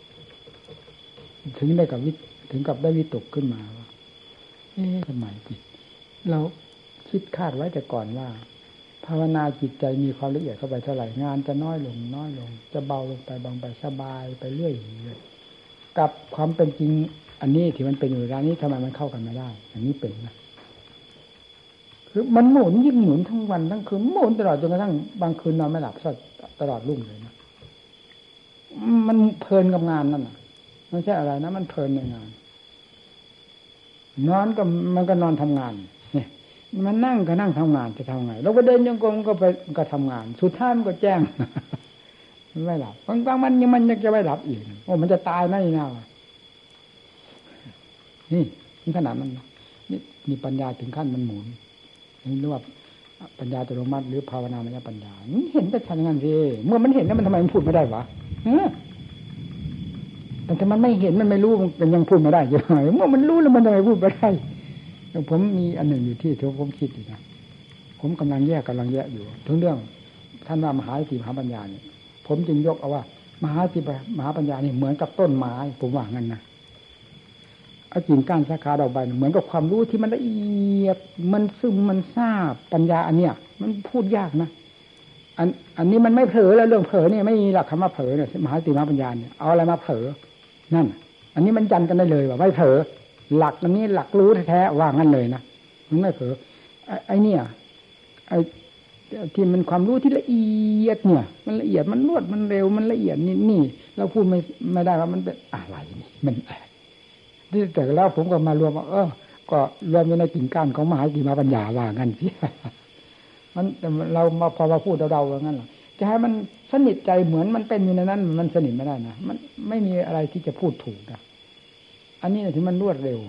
ถึงกับได้วิตกขึ้นมาว่าทำไมจิตเราคิดคาดไว้แต่ก่อนว่าภาวนาจิตใจมีความละเอียดเข้าไปเท่าไหร่งานจะน้อยลงจะเบาลงไปบางไปสบายไปเรื่อยกับความเป็นจริงอันนี้ที่มันเป็นอยู่ร้านนี้ทำไมมันเข้ากันไม่ได้อย่างนี้เป็นนะคือมันหมุนยิ่งหมุนทั้งวันทั้งคืนหมุนตลอดจนกระทั่งบางคืนนอนไม่หลับตลอดรุ่งเลยนะมันเพลินกับงานนั่นน่ะไม่ใช่อะไรนะมันเพลินในงานนอนก็มันก็นอนทำงานเนี่ยมันนั่งก็นั่งทำงานจะทำไงเราก็เดินจงกรมก็ทำงานสุดท้ายมันก็แจ้งไม่หลับบางมันยังจะไม่หลับอีกโอ้มันจะตายไม่น่านี่ขนาดนั้นนี่ปัญญาถึงขั้นมันหมุนเรียกว่าปัญญาอัตโนมัติหรือภาวนามยปัญญาเห็นแต่ชัดอย่างนั้นสิเมื่อมันเห็นแล้วมันทำไมมันพูดไม่ได้วะแต่ถ้ามันไม่เห็นมันไม่รู้มันยังพูดไม่ได้ยังไงเมื่อมันรู้แล้วมันทำไมพูดไม่ได้ผมมีอันหนึ่งอยู่ที่ผมคิดอยู่นะผมกำลังแยกอยู่ถึงเรื่องท่านว่ามหาสติมหาปัญญาเนี่ยผมจึงยกเอาว่ามหาสติมหาปัญญานี่เหมือนกับต้นไม้ผมว่างั้นนะเอากิ่งก้านสาขาดอกใบเหมือนกับความรู้ที่มันละเอียดมันซึมมันทราบปัญญาอันเนี้ยมันพูดยากนะอันนี้มันไม่เผลอแล้วเรื่องเผลอเนี่ยไม่มีหลักคำว่าเผลอเนี่ยมหาสติมหาปัญญาเนี่ยเอาอะไรมาเผลอนั่นอันนี้มันยันกันได้เลยว่าไม่เผลอหลักอันนี้หลักรู้แท้ๆว่างั้นเลยนะมันไม่เผลอไอ้เนี่ยไอ้ที่มันความรู้ที่ละเอียดเนี่ยมันละเอียดมันรวดมันเร็วมันละเอียดนี่เราพูดไม่ได้ว่ามันเป็นอะไรนี่มันแต่แล้วผมก็มารวมว่าก็รวมอยู่ในกิ่งก้านของมหากิมาปัญญาว่างั้นสิมันเรามาพอมาพูดเราว่างั้นหรอจะให้มันสนิทใจเหมือนมันเป็นอยู่ในนั้นมันสนิทไม่ได้นะมันไม่มีอะไรที่จะพูดถูกนะอันนี้เนี่ยที่มันรวดเร็ว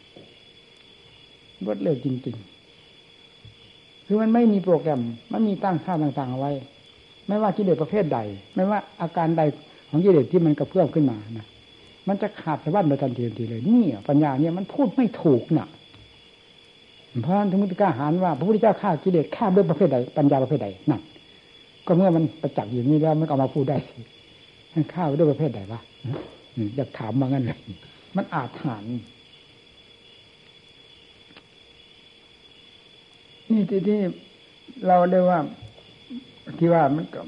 จริงๆคือมันไม่มีโปรแกรมมันมีตั้งค่าต่างๆเอาไว้ไม่ว่ากิเลสประเภทใดไม่ว่าอาการใดของกิเลสที่มันกระเพื่อมขึ้นมานะมันจะขาดสะบั้นโดยทันทีเลยนี่ปัญญาเนี่ยมันพูดไม่ถูกนะเพราะฉะนั้นถึงกล้าหาญว่าพระพุทธเจ้าฆ่ากิเลสฆ่าด้วยประเภทใดปัญญาประเภทใดนั่นก็เมื่อมันประจักษ์อยู่นี่แล้วมันเอามาพูดได้สิฆ่าด้วยประเภทใดวะอยากถามมางั้นเลยมันอาถรรพ์นี่ที่เราเรียกว่าที่ว่ามันก็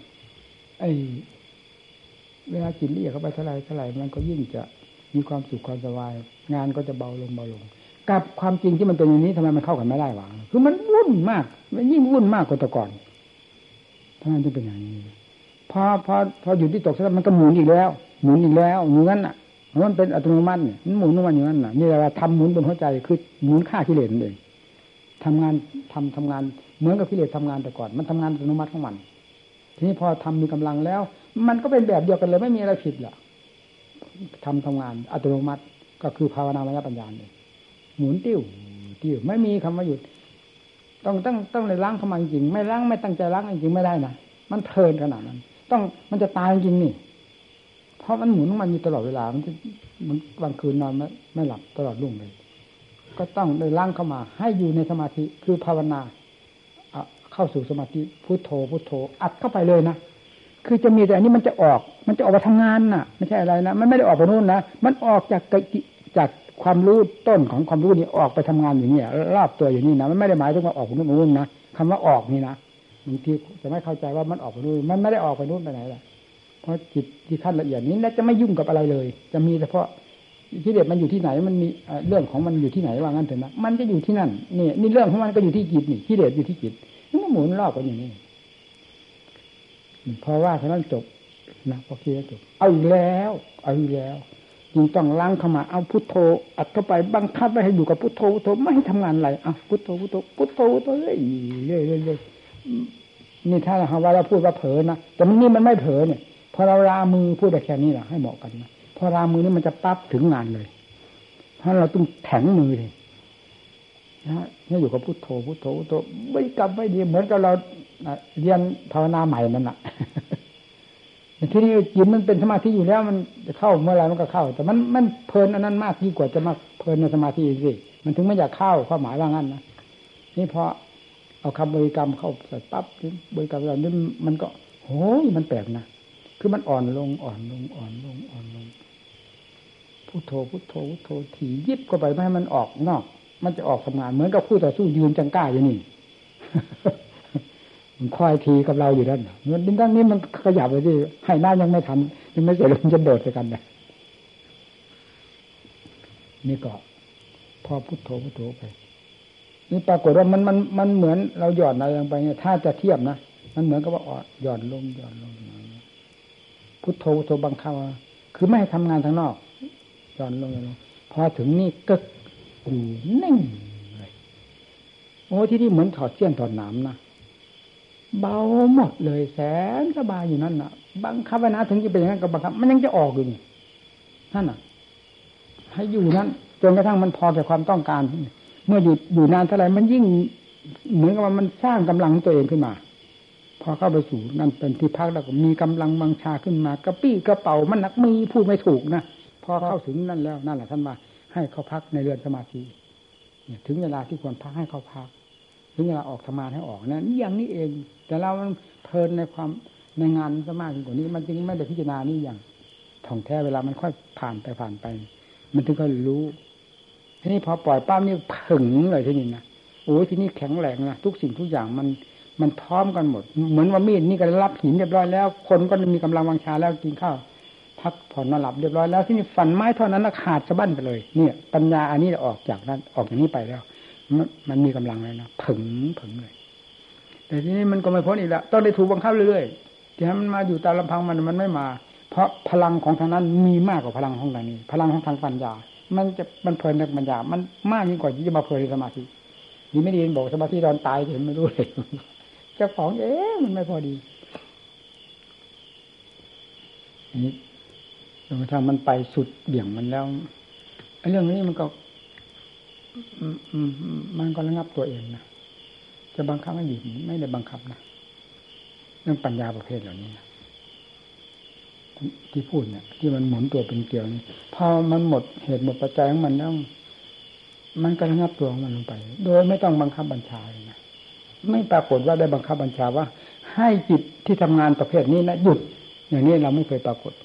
เวลาจิตละเอียดเข้าไปเท่าไหร่มันก็ยิ่งจะมีความสุขความสบายงานก็จะเบาลงกับความจริงที่มันเป็นอย่างนี้ทำไมมันเข้ากันไม่ได้วะคือมันวุ่นมากมันยิ่งวุ่นมากกว่าแต่ก่อนทำไมถึงเป็นอย่างนี้พออยู่ที่ตกแล้วมันก็หมุนอีกแล้วอย่างนั้นน่ะมันเป็นอัตโนมัติมันหมุนอย่างนั้นน่ะนี่เราทำหมุนบนหัวใจคือหมุนฆ่ากิเลสนั่นเองทำงานเหมือนกับกิเลสทำงานแต่ก่อนมันทำงานอัตโนมัติของมันทีนี้พอทำมีกำลังแล้วมันก็เป็นแบบเดียวกันเลยไม่มีอะไรผิดหรอกทำงานอัตโนมัติก็คือภาวนามยปัญญาเนี่ยหมุนติ้วไม่มีคำว่าหยุดต้องเลยล้างเข้ามาจริงไม่ล้างไม่ตั้งใจล้างจริงไม่ได้นะมันเพลินขนาดนั้นมันจะตายจริงนี่เพราะมันหมุนมันอยู่ตลอดเวลามันบางคืนนอนไม่หลับตลอดรุ่งเลยก็ต้องเลยล้างเข้ามาให้อยู่ในสมาธิคือภาวนาเข้าสู่สมาธิพุทโธอัดเข้าไปเลยนะคือจะมีแต่อันนี้มันจะออกมาทำงานน่ะไม่ใช่อะไรนะมันไม่ได้ออกไปนู่นนะมันออกจากความรู้ต้นของความรู้นี่ออกไปทำงานอย่างนี้รอบตัวอย่างนี้นะมันไม่ได้หมายถึงว่าออกไปนู่นนะคำว่าออกนี่นะบางทีจะไม่เข้าใจว่ามันออกไปนู่นมันไม่ได้ออกไปนู่นไปไหนล่ะเพราะจิตที่ขั้นละเอียดนี้จะไม่ยุ่งกับอะไรเลยจะมีเฉพาะกิเลสมันอยู่ที่ไหนมันมีเรื่องของมันอยู่ที่ไหนว่างั้นเถอะนะมันจะอยู่ที่นั่นนี่เรื่องของมันก็อยู่ที่จิตนี่กิเลสอยู่ที่จิตมันหมุนรอบกันอย่างนี้พอว่าเท่านั้นจบนะพอคิดแล้วจบเอาอีกแล้วจึงต้องล้างเข้ามาเอาพุทโธอัดเข้าไปบังคับไม่ให้อยู่กับพุทโธไม่ให้ทำงานอะไรพุทโธเรื่อยนี่ถ้าเราพูดว่าเผลอนะแต่นี่มันไม่เผลอเนี่ยพอเรารามือพูดได้แค่นี้แหละให้เหมาะกันนะพอรามือนี่มันจะปั๊บถึงงานเลยเพราะเราต้องแข็งมือเลยนะนี่อยู่กับพุทโธไม่กลับไม่ดีเหมือนกับเราเรียนภาวนาใหม่นั่นแหละที่นี่จิตมันเป็นสมาธิอยู่แล้วมันจะเข้าเมื่อไรมันก็เข้าแต่มันเพลินอันนั้นมากยิ่งกว่าจะมาเพลินในสมาธิอีกสิมันถึงไม่อยากเข้าความหมายว่างั้นนะนี่พอเอาคำบริกรรมเข้าใส่ปั๊บบริกรรมเรานี่มันก็โอ้ยมันแปลกนะคือมันอ่อนลงพุทโธถี่ยิบเข้าไปไม่ให้มันออกนอกมันจะออกทำงานเหมือนกับคู่ต่อสู้ยืนจังก้าอย่างนี้มันคอยทีกับเราอยู่นั่นเงินด้านนี้มันขยับเลยที่ให้หน้ายังไม่ทันยังไม่เสร็จมันจะโดดไปกันเลยนี่ก็พอพุทโธไปนี่ปรากฏว่ามันเหมือนเราหย่อนอะไรลงไปเนี่ยถ้าจะเทียบนะมันเหมือนกับว่าหย่อนลงพุทโธบังคับคือไม่ให้ทำงานทางนอกหย่อนลงพอถึงนี่ก็อยู่นิ่งเลยโอ้ที่นี่เหมือนถอดเสี้ยนถอดหนามนะเบาหมดเลยแสนสบายอยู่นั่นน่ะบังคับไว้นะถึงจะเป็นอย่างนั้นก็บังคับมันยังจะออกอยู่นี่นั่นน่ะให้อยู่นั้นจนกระทั่งมันพอแก่ความต้องการเมื่ออยู่นานเท่าไหร่มันยิ่งเหมือนกับว่ามันสร้างกำลังตัวเองขึ้นมาพอเข้าไปสู่นั่นเป็นที่พักแล้วก็มีกำลังบังชาขึ้นมากระปี้กระเป๋ามันนักมีพูดไม่ถูกนะพอเข้าถึงนั่นแล้วนั่นแหละท่านว่าให้เขาพักในเรือนสมาธิถึงเวลาที่ควรพักให้เขาพักถึงเวลาออกธรรมะให้ออกนะนี่อย่างนี้เองแต่เราเพลินในงานซะมากกว่านี้มันจึงไม่ได้พิจารณานี่อย่างท่องแท้เวลามันค่อยผ่านไปมันถึงค่อยรู้ทีนี้พอปล่อยป้ามนี่ผึ่งเลยทีนี้นะโอ้ยทีนี้แข็งแรงนะทุกสิ่งทุกอย่างมันพร้อมกันหมดเหมือนว่ามีดนี่ก็รับหินเรียบร้อยแล้วคนก็มีกำลังวังชาแล้วกินข้าวพักผ่อนนอนหลับเรียบร้อยแล้วที่นี่ฟันไม้เท่านั้นขาดสะบั้นไปเลยเนี่ยปัญญาอันนี้ออกจากนั้นออกอย่างนี้ไปแล้วมันมีกำลังเลยนะผึ่งเลยแต่ทีนี้มันก็ไม่พ้นอีกแล้วต้องได้ถูกบังคับเรื่อยๆที่ให้มันมาอยู่ตามลำพังมันไม่มาเพราะพลังของทางนั้นมีมากกว่าพลังของทางนี้พลังของทางปัญญามันเพลินในปัญญามันมากยิ่งกว่าที่จะมาเพลินในสมาธิดีไม่ดีบอกสมาธิตอนตายเห็นไม่รู้เลยเจ้าของมันไม่พอดีนี่จนกระทั่งมันไปสุดเบี่ยงมันแล้วเรื่องนี้มันก็ระงับตัวเองนะจะบังคับให้หยุดไม่ได้บังคับนะเรื่องปัญญาประเภทเหล่านี้นะที่พูดเนี่ยที่มันหมุนตัวเป็นเกลียวนี่พอมันหมดเหตุหมดปัจจัยของมันแล้วมันก็ระงับตัวของมันลงไปโดยไม่ต้องบังคับบัญชาเลยนะไม่ปรากฏว่าได้บังคับบัญชาว่าให้จิตที่ทำงานประเภทนี้นะหยุดอย่างนี้เราไม่เคยปรากฏ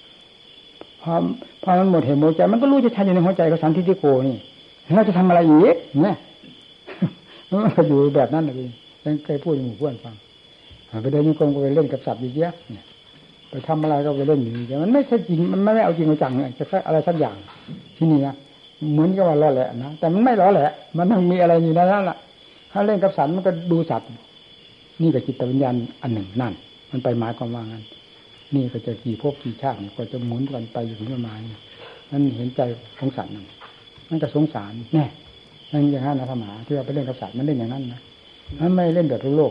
พอมันหมดเหตุหมดใจมันก็รู้จะทันอยู่ในหัวใจกับสันทิฏฐิโกนี่เราจะทำอะไรอีกเนี่ยมันอยู่แบบนั้นเลยยังเคยพูดให้หมู่เพื่อนฟังไปเดินโยกไปเล่นกับสัตว์เยอะเนี่ยไปทำอะไรก็ไปเล่นอยู่แต่มันไม่ใช่จริงมันไม่เอาจริงเอาจังเนี่ยจะอะไรสักอย่างที่นี่นะเหมือนกับว่าล้อแหละนะแต่มันไม่ล้อแหละมันต้องมีอะไรอยู่ในนั้นแหละถ้าเล่นกับสัตว์มันก็ดูสัตว์นี่กับจิตวิญญาณอันหนึ่งนั่นมันไปหมายความว่างั้นนี่ก็จะกี่ภพกี่ชาติก็จะหมุนกันไปอยู่ถึงประมาณนี้นั่นเห็นใจของสัตว์นั่นก็สงสารแน่นั่นอย่างนั้นนะธรรมะที่เราไปเล่นกับสัตว์มันเล่นอย่างนั้นนะมันไม่เล่นแบบโลก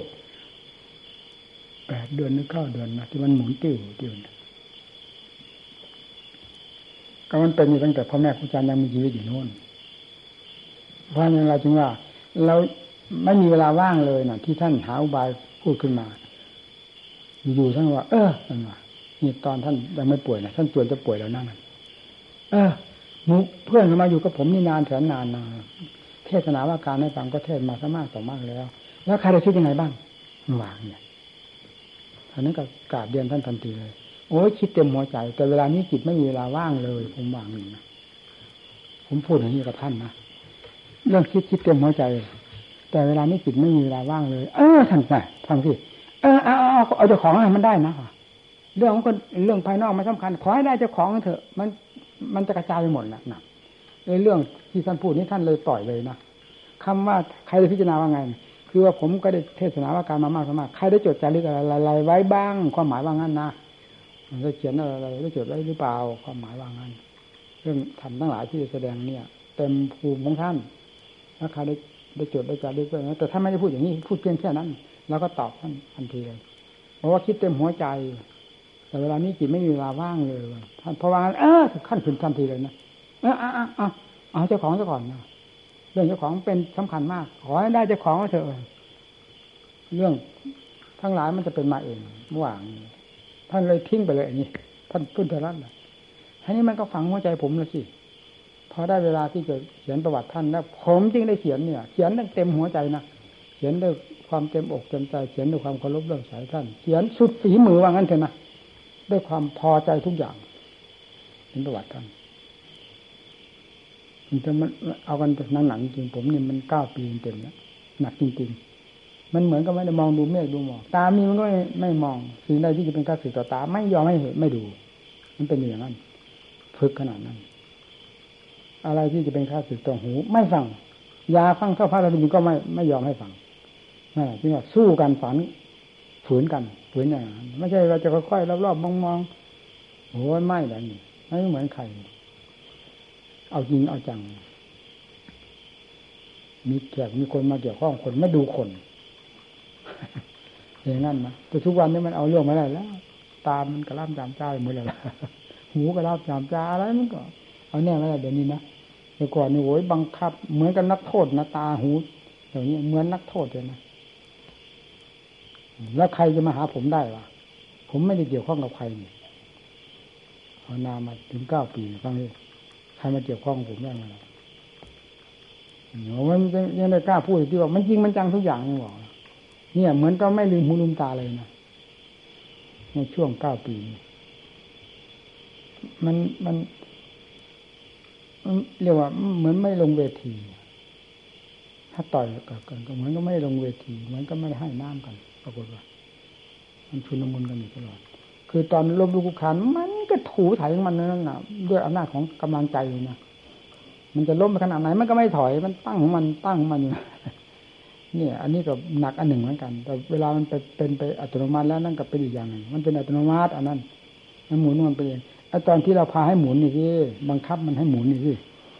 8 เดือนหรือ9 เดือนนะที่มันหมุนติ้วก็มันเป็นอยู่ตั้งแต่พ่อแม่ครูอาจารย์ยังมีชีวิตอยู่โน่นเพราะฉะนั้นเราจึงว่าเราไม่มีเวลาว่างเลยนะที่ท่านหาอุบายพูดขึ้นมาอยู่ท่านว่าท่านว่านี่ตอนท่านยังไม่ป่วยนะท่านจวนจะป่วยแล้วนั่งเพื่อนมาอยู่กับผมนี่นานแสนนานนะเทศนาว่าการให้ฟังก็เทศมาซะมากต่อมากแล้วใครจะคิดยังไงบ้างวางเนี่ยท่านนั้นก็กราบเรียนท่านทันทีเลยโอ้ยคิดเต็มหัวใจแต่เวลานี้จิตไม่มีเวลาว่างเลยผมวางนี่นะผมพูดอย่างนี้กับท่านนะเรื่องคิดเต็มหัวใจแต่เวลานี้จิตไม่มีเวลาว่างเลยท่านไปฟังสิเอาเจ้าของให้มันได้นะเรื่องของคนเรื่องภายนอกไม่สำคัญขอให้ได้เจ้าของเถอะมันจะกระจายไปหมดนะเรื่องที่ท่านพูดนี้ท่านเลยปล่อยเลยนะคำว่าใครจะพิจารณาว่าไงคือว่าผมก็ได้เทศนาว่าการมามากใครได้จดจารึกอะไรไว้บ้างความหมายว่างั้นนะได้เขียนอะไรได้จดไว้หรือเปล่าความหมายว่างั้นเรื่องทำทั้งหลายที่แสดงเนี่ยเต็มภูมิของท่านถ้าใครได้จดได้จารึกไว้นะแต่ถ้าไม่ได้พูดอย่างนี้พูดเพียงแค่นั้นเราก็ตอบท่านทันทีเลยเพราะว่าคิดเต็มหัวใจแต่เวลานี้จิตไม่มีเวลาว่างเลยท่านเพราะว่าขั้นขึ้นทันทีเลยนะเอาเจ้าของซะก่อนนะเรื่องเจ้าของเป็นสำคัญมากขอให้ได้เจ้าของเถอะเรื่องทั้งหลายมันจะเป็นมาเองระหว่างท่านเลยทิ้งไปเลยอย่างนี้ท่านพึ่งเท่านั้นทีนี้มันก็ฝังหัวใจผมแล้วสิพอได้เวลาที่จะเขียนประวัติท่านแล้วผมจึงได้เขียนเนี่ยเขียนเต็มหัวใจนะเขียนด้วยความเต็มอกเต็มใจเขียนด้วยความเคารพเรื่องสายท่านเขียนสุดฝีมือว่างั้นเถอะนะด้วยความพอใจทุกอย่างเป็นประวัติท่านมันเอากันหนักจริงผมนี่มัน9 ปีเต็มแล้วหนักจริงๆมันเหมือนกับไม่ได้มองดูเมฆดูหมอกตามีมันก็ไม่มองสิ่งใดที่จะเป็นข้าศึกต่อตาไม่ยอมให้เห็นไม่ดูมันเป็นอย่างนั้นฝึกขนาดนั้นอะไรที่จะเป็นข้าศึกต่อหูไม่ฟังยาฟังเข้าพระราชบิณฑก็ไม่ยอมให้ฟังนั่นจริงว่าสู้กันฝืนอย่างนั้นไม่ใช่เราจะค่อยๆรอบๆมองๆโอ้ยไม่แบบนี้ไม่เหมือนใครเอาจริงเอาจังมีแขกมีคนมาเกี่ยวข้องคนไม่ดูคนอย่างนั้นนะแต่ทุกวันนี้มันเอาเรื่องมาได้แล้วตามันกระล่ำจามจ้าหมดเลยหูกระล่ำจามจ้าอะไรมันก็เอาแน่ไม่ได้เดี๋ยวนี้นะแต่ก่อนนี่โอ้ยบังคับเหมือนกับนักโทษนะตาหูอย่างนี้เหมือนนักโทษเลยนะแล้วใครจะมาหาผมได้วะผมไม่ได้เกี่ยวข้องกับใครนี่เอานามาถึง9 ปีฟังดิใครมาเกี่ยวข้องผมได้มามันยังได้กล้าพูดที่ว่ามันจริงมันจังทุกอย่างนี่บอกเนี่ยเหมือนก็ไม่ลืมหูลืมตาเลยนะในช่วง9 ปีมันเรียกว่าเหมือนไม่ลงเวทีถ้าต่อยกันก็เหมือนก็ไม่ลงเวทีเหมือนก็ไม่ได้ให้น้ำกันปรากฏว่ามันชุลมุนกันอยู่ตลอดคือตอนล้มลุกคลานมันก็ถูถ่ายของมันนั่นน่ะด้วยอำนาจของกำลังใจนะมันจะล้มไปขนาดไหนมันก็ไม่ถอยมันตั้งของมันอยู่เนี่ยอันนี้ก็หนักอันหนึ่งเหมือนกันแต่เวลามันเป็นไปอัตโนมัติแล้วนั่นก็เป็นอีกอย่างหนึ่งมันเป็นอัตโนมัติอันนั้นมันหมุนมันไปเองไอ้ตอนที่เราพาให้หมุนนี่สิบังคับมันให้หมุนนี่สิ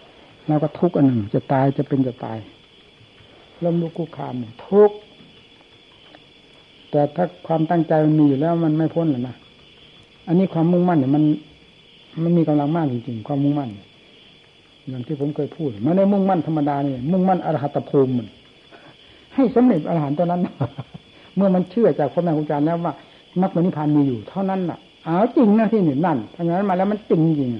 เราก็ทุกข์อันหนึ่งจะตายจะเป็นจะตายล้มลุกคลุกคลานทุกข์แต่ถ้าความตั้งใจมันมีอยู่แล้วมันไม่พ้นหรอกนะอันนี้ความมุ่งมั่นเนี่ยมันมีกำลังมากจริงๆความมุ่งมั่นอย่างที่ผมเคยพูดไม่ได้มุ่งมั่นธรรมดานี่มุ่งมั่นอรหัตภูมิมันให้สำเร็จอรหันต์เท่านั้น เมื่อมันเชื่อจากพระแม่ครูอาจารย์แล้วว่ามรรคผลนิพพานมีอยู่เท่านั้นน่ะเอาจริงนะที่นี่นั่นถ้างั้นมาแล้วมันจริงจริง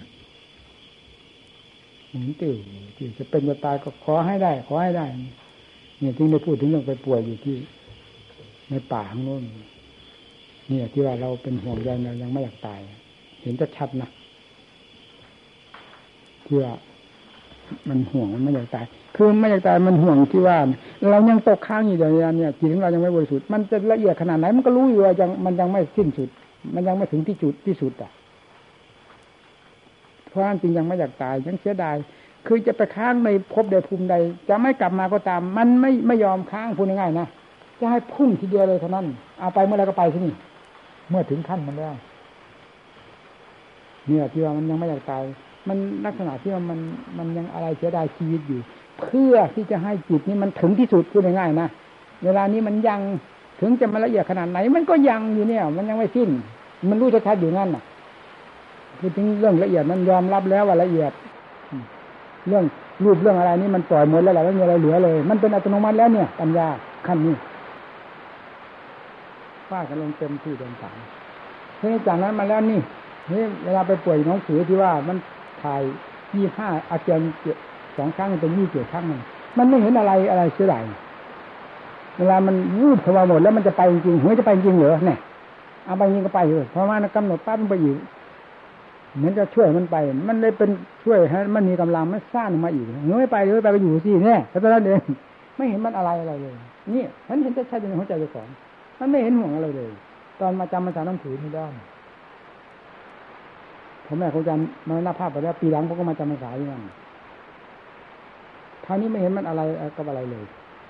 ตื่นจะเป็นจะตายก็ขอให้ได้ขอให้ได้เนี่ยที่ได้พูดถึงเรื่องไปป่วยอยู่ที่ในป่าข้างโน้นเนี่ยที่ว่าเราเป็นห่วงใยเรายังไม่อยากตายเห็นชัดนะที่ว่ามันห่วงมันไม่อยากตายคือไม่อยากตายมันห่วงที่ว่าเรายังตกค้างอยู่อย่างนี้เนี่ยจิตของเรายังไม่บริสุทธิ์มันจะละเอียดขนาดไหนมันก็รู้อยู่ว่ามันยังไม่สิ้นสุดมันยังไม่ถึงที่จุดที่สุดอ่ะเพราะฉะนั้นจริงยังไม่อยากตายยังเสียดายคือจะไปค้างในภพใดภูมิใดจะไม่กลับมาก็ตามมันไม่ยอมค้างพูดง่ายๆนะจะให้พุ่งทีเดียวเลยเท่านั้นเอาไปเมื่อไรก็ไปที่นี่เมื่อถึงขั้นมันแล้วเนี่ยที่ว่ามันยังไม่อยากตายมันลักษณะที่ว่ามันยังอะไรเสียดายชีวิตอยู่เพื่อที่จะให้จิตนี้มันถึงที่สุดพูดง่ายๆนะเวลานี้มันยังถึงจะมาละเอียดขนาดไหนมันก็ยังอยู่เนี่ยมันยังไม่สิ้นมันรู้ชัดๆอยู่งั้นน่ะพูดถึงเรื่องละเอียดมันยอมรับแล้วว่าละเอียดเรื่องรูปเรื่องอะไรนี่มันปล่อยหมดแล้วแหละไม่มีอะไรเหลือเลยมันเป็นอัตโนมัติแล้วเนี่ยปัญญาขั้นนี้ฟาดกันลงเต็มที่เต็มฐานทีนี้จากนั้นมาแล้วนี่เวลาไปป่วยหนองสือที่ว่ามันถ่าย25อาเจียน2ครั้งเป็น27ครั้งมันไม่เห็นอะไรเสียดายเวลามันวูบเข้ามาหมดแล้วมันจะไปจริงๆหัวจะไปจริงเหรอเนี่ยเอาไปจริงก็ไปเลยเพราะว่ากำหนดปั๊บมันไปอยู่เหมือนจะช่วยมันไปมันเลยเป็นช่วยให้มันมีกำลังมันสร้างมาอีกไม่ไปเลยไปอยู่สิเนี่ยแค่นั้นเองไม่เห็นมันอะไรเลยนี่มันเห็นชัดๆในหัวใจเจ้าของมันไม่เห็นห่วงอะไรเลยตอนมาจำพรรษาหนังสือนี่ได้ผมแม่ครูอาจารย์มรณภาพไปแล้วปีหลังผมก็มาจำพรรษาอยู่นั่นคราวนี้ไม่เห็นมันอะไรกับอะไรเลย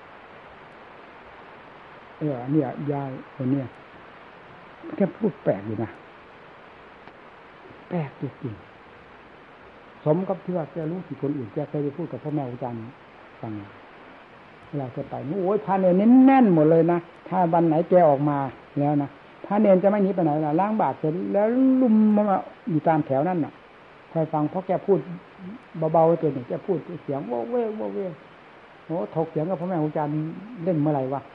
เนี่ยยายคนเนี้ยแค่พูดแปลกอยู่นะแปลกจริงๆสมกับที่ว่าแกรู้ที่คนอื่นแกเคยไปพูดกับพ่อแม่ครูอาจารย์ฟังเวลาแกไปโอ้ยพาเนรแน่นหมดเลยนะถ้าวันไหนแกออกมาแล้วนะพระเนรจะไม่หนีไปไหนล่ะล้างบาตรเสร็จแล้วลุมมาอยู่ตามแถวนั่นน่ะคอยฟังเพราะแกพูดเบาๆตัวหนึ่งแกพูดเสียงโว้เว้โว้เว้โอ้ถกเสียงกับพ่อแม่ครูอาจารย์เล่นเมื่อไหร่วะ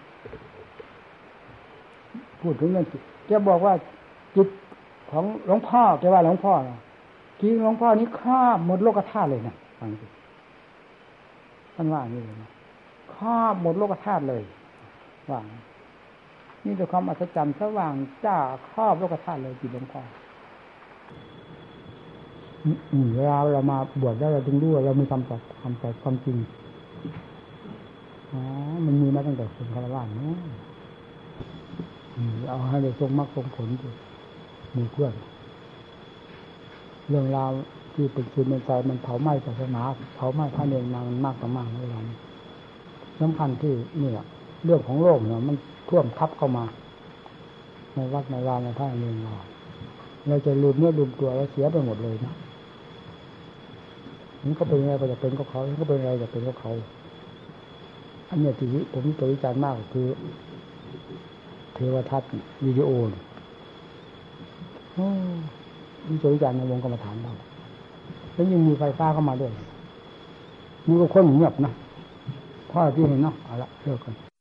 พูดถึงเรื่องจิตแกบอกว่าจิตของหลวงพ่อแกว่าหลวงพ่อจิตหลวงพ่อนี้ครอบหมดโลกธาตุเลยนะฟังสิท่านว่าอย่างนี้เลยนะครอบหมดโลกธาตุเลยว่านี่เป็นความอัศจรรย์สว่างจ้าครอบโลกธาตุเลยจิตหลวงพ่อเวลาเรามาบวชแล้วเราจึงรู้ว่าเรามีความสัตย์ความจริงมันมีมาตั้งแต่คนคารวะเนาะเอาให้ได้ทรงมรรคทรงผลด้วยมีเพื่อนเรื่องราวที่เป็นคืนเป็นใจมันเผาไหม้ศาสนาเผาไหม้พระเนรมามันมากต่อมากเวลานี้สำคัญที่นี่แหละเรื่องของโลกเนี่ยมันท่วมทับเข้ามาในวัดในวาในพระเนรเราจะลืมเนื้อลืมตัวแล้วเสียไปหมดเลยนะมันก็เป็นอะไรก็จะเป็นก็เขาก็เป็นอะไรจะเป็นก็เขาอันนี้ที่ผมตัววิจารณ์มากคือเทวทัศน์วิดีโอนี่ตัววิจารณ์ในวงกรรมฐานเราแล้วยังมีไฟฟ้าเข้ามาด้วยมันก็คนเงียบนะพ่อที่เห็นเนาะเอาละเลิกกัน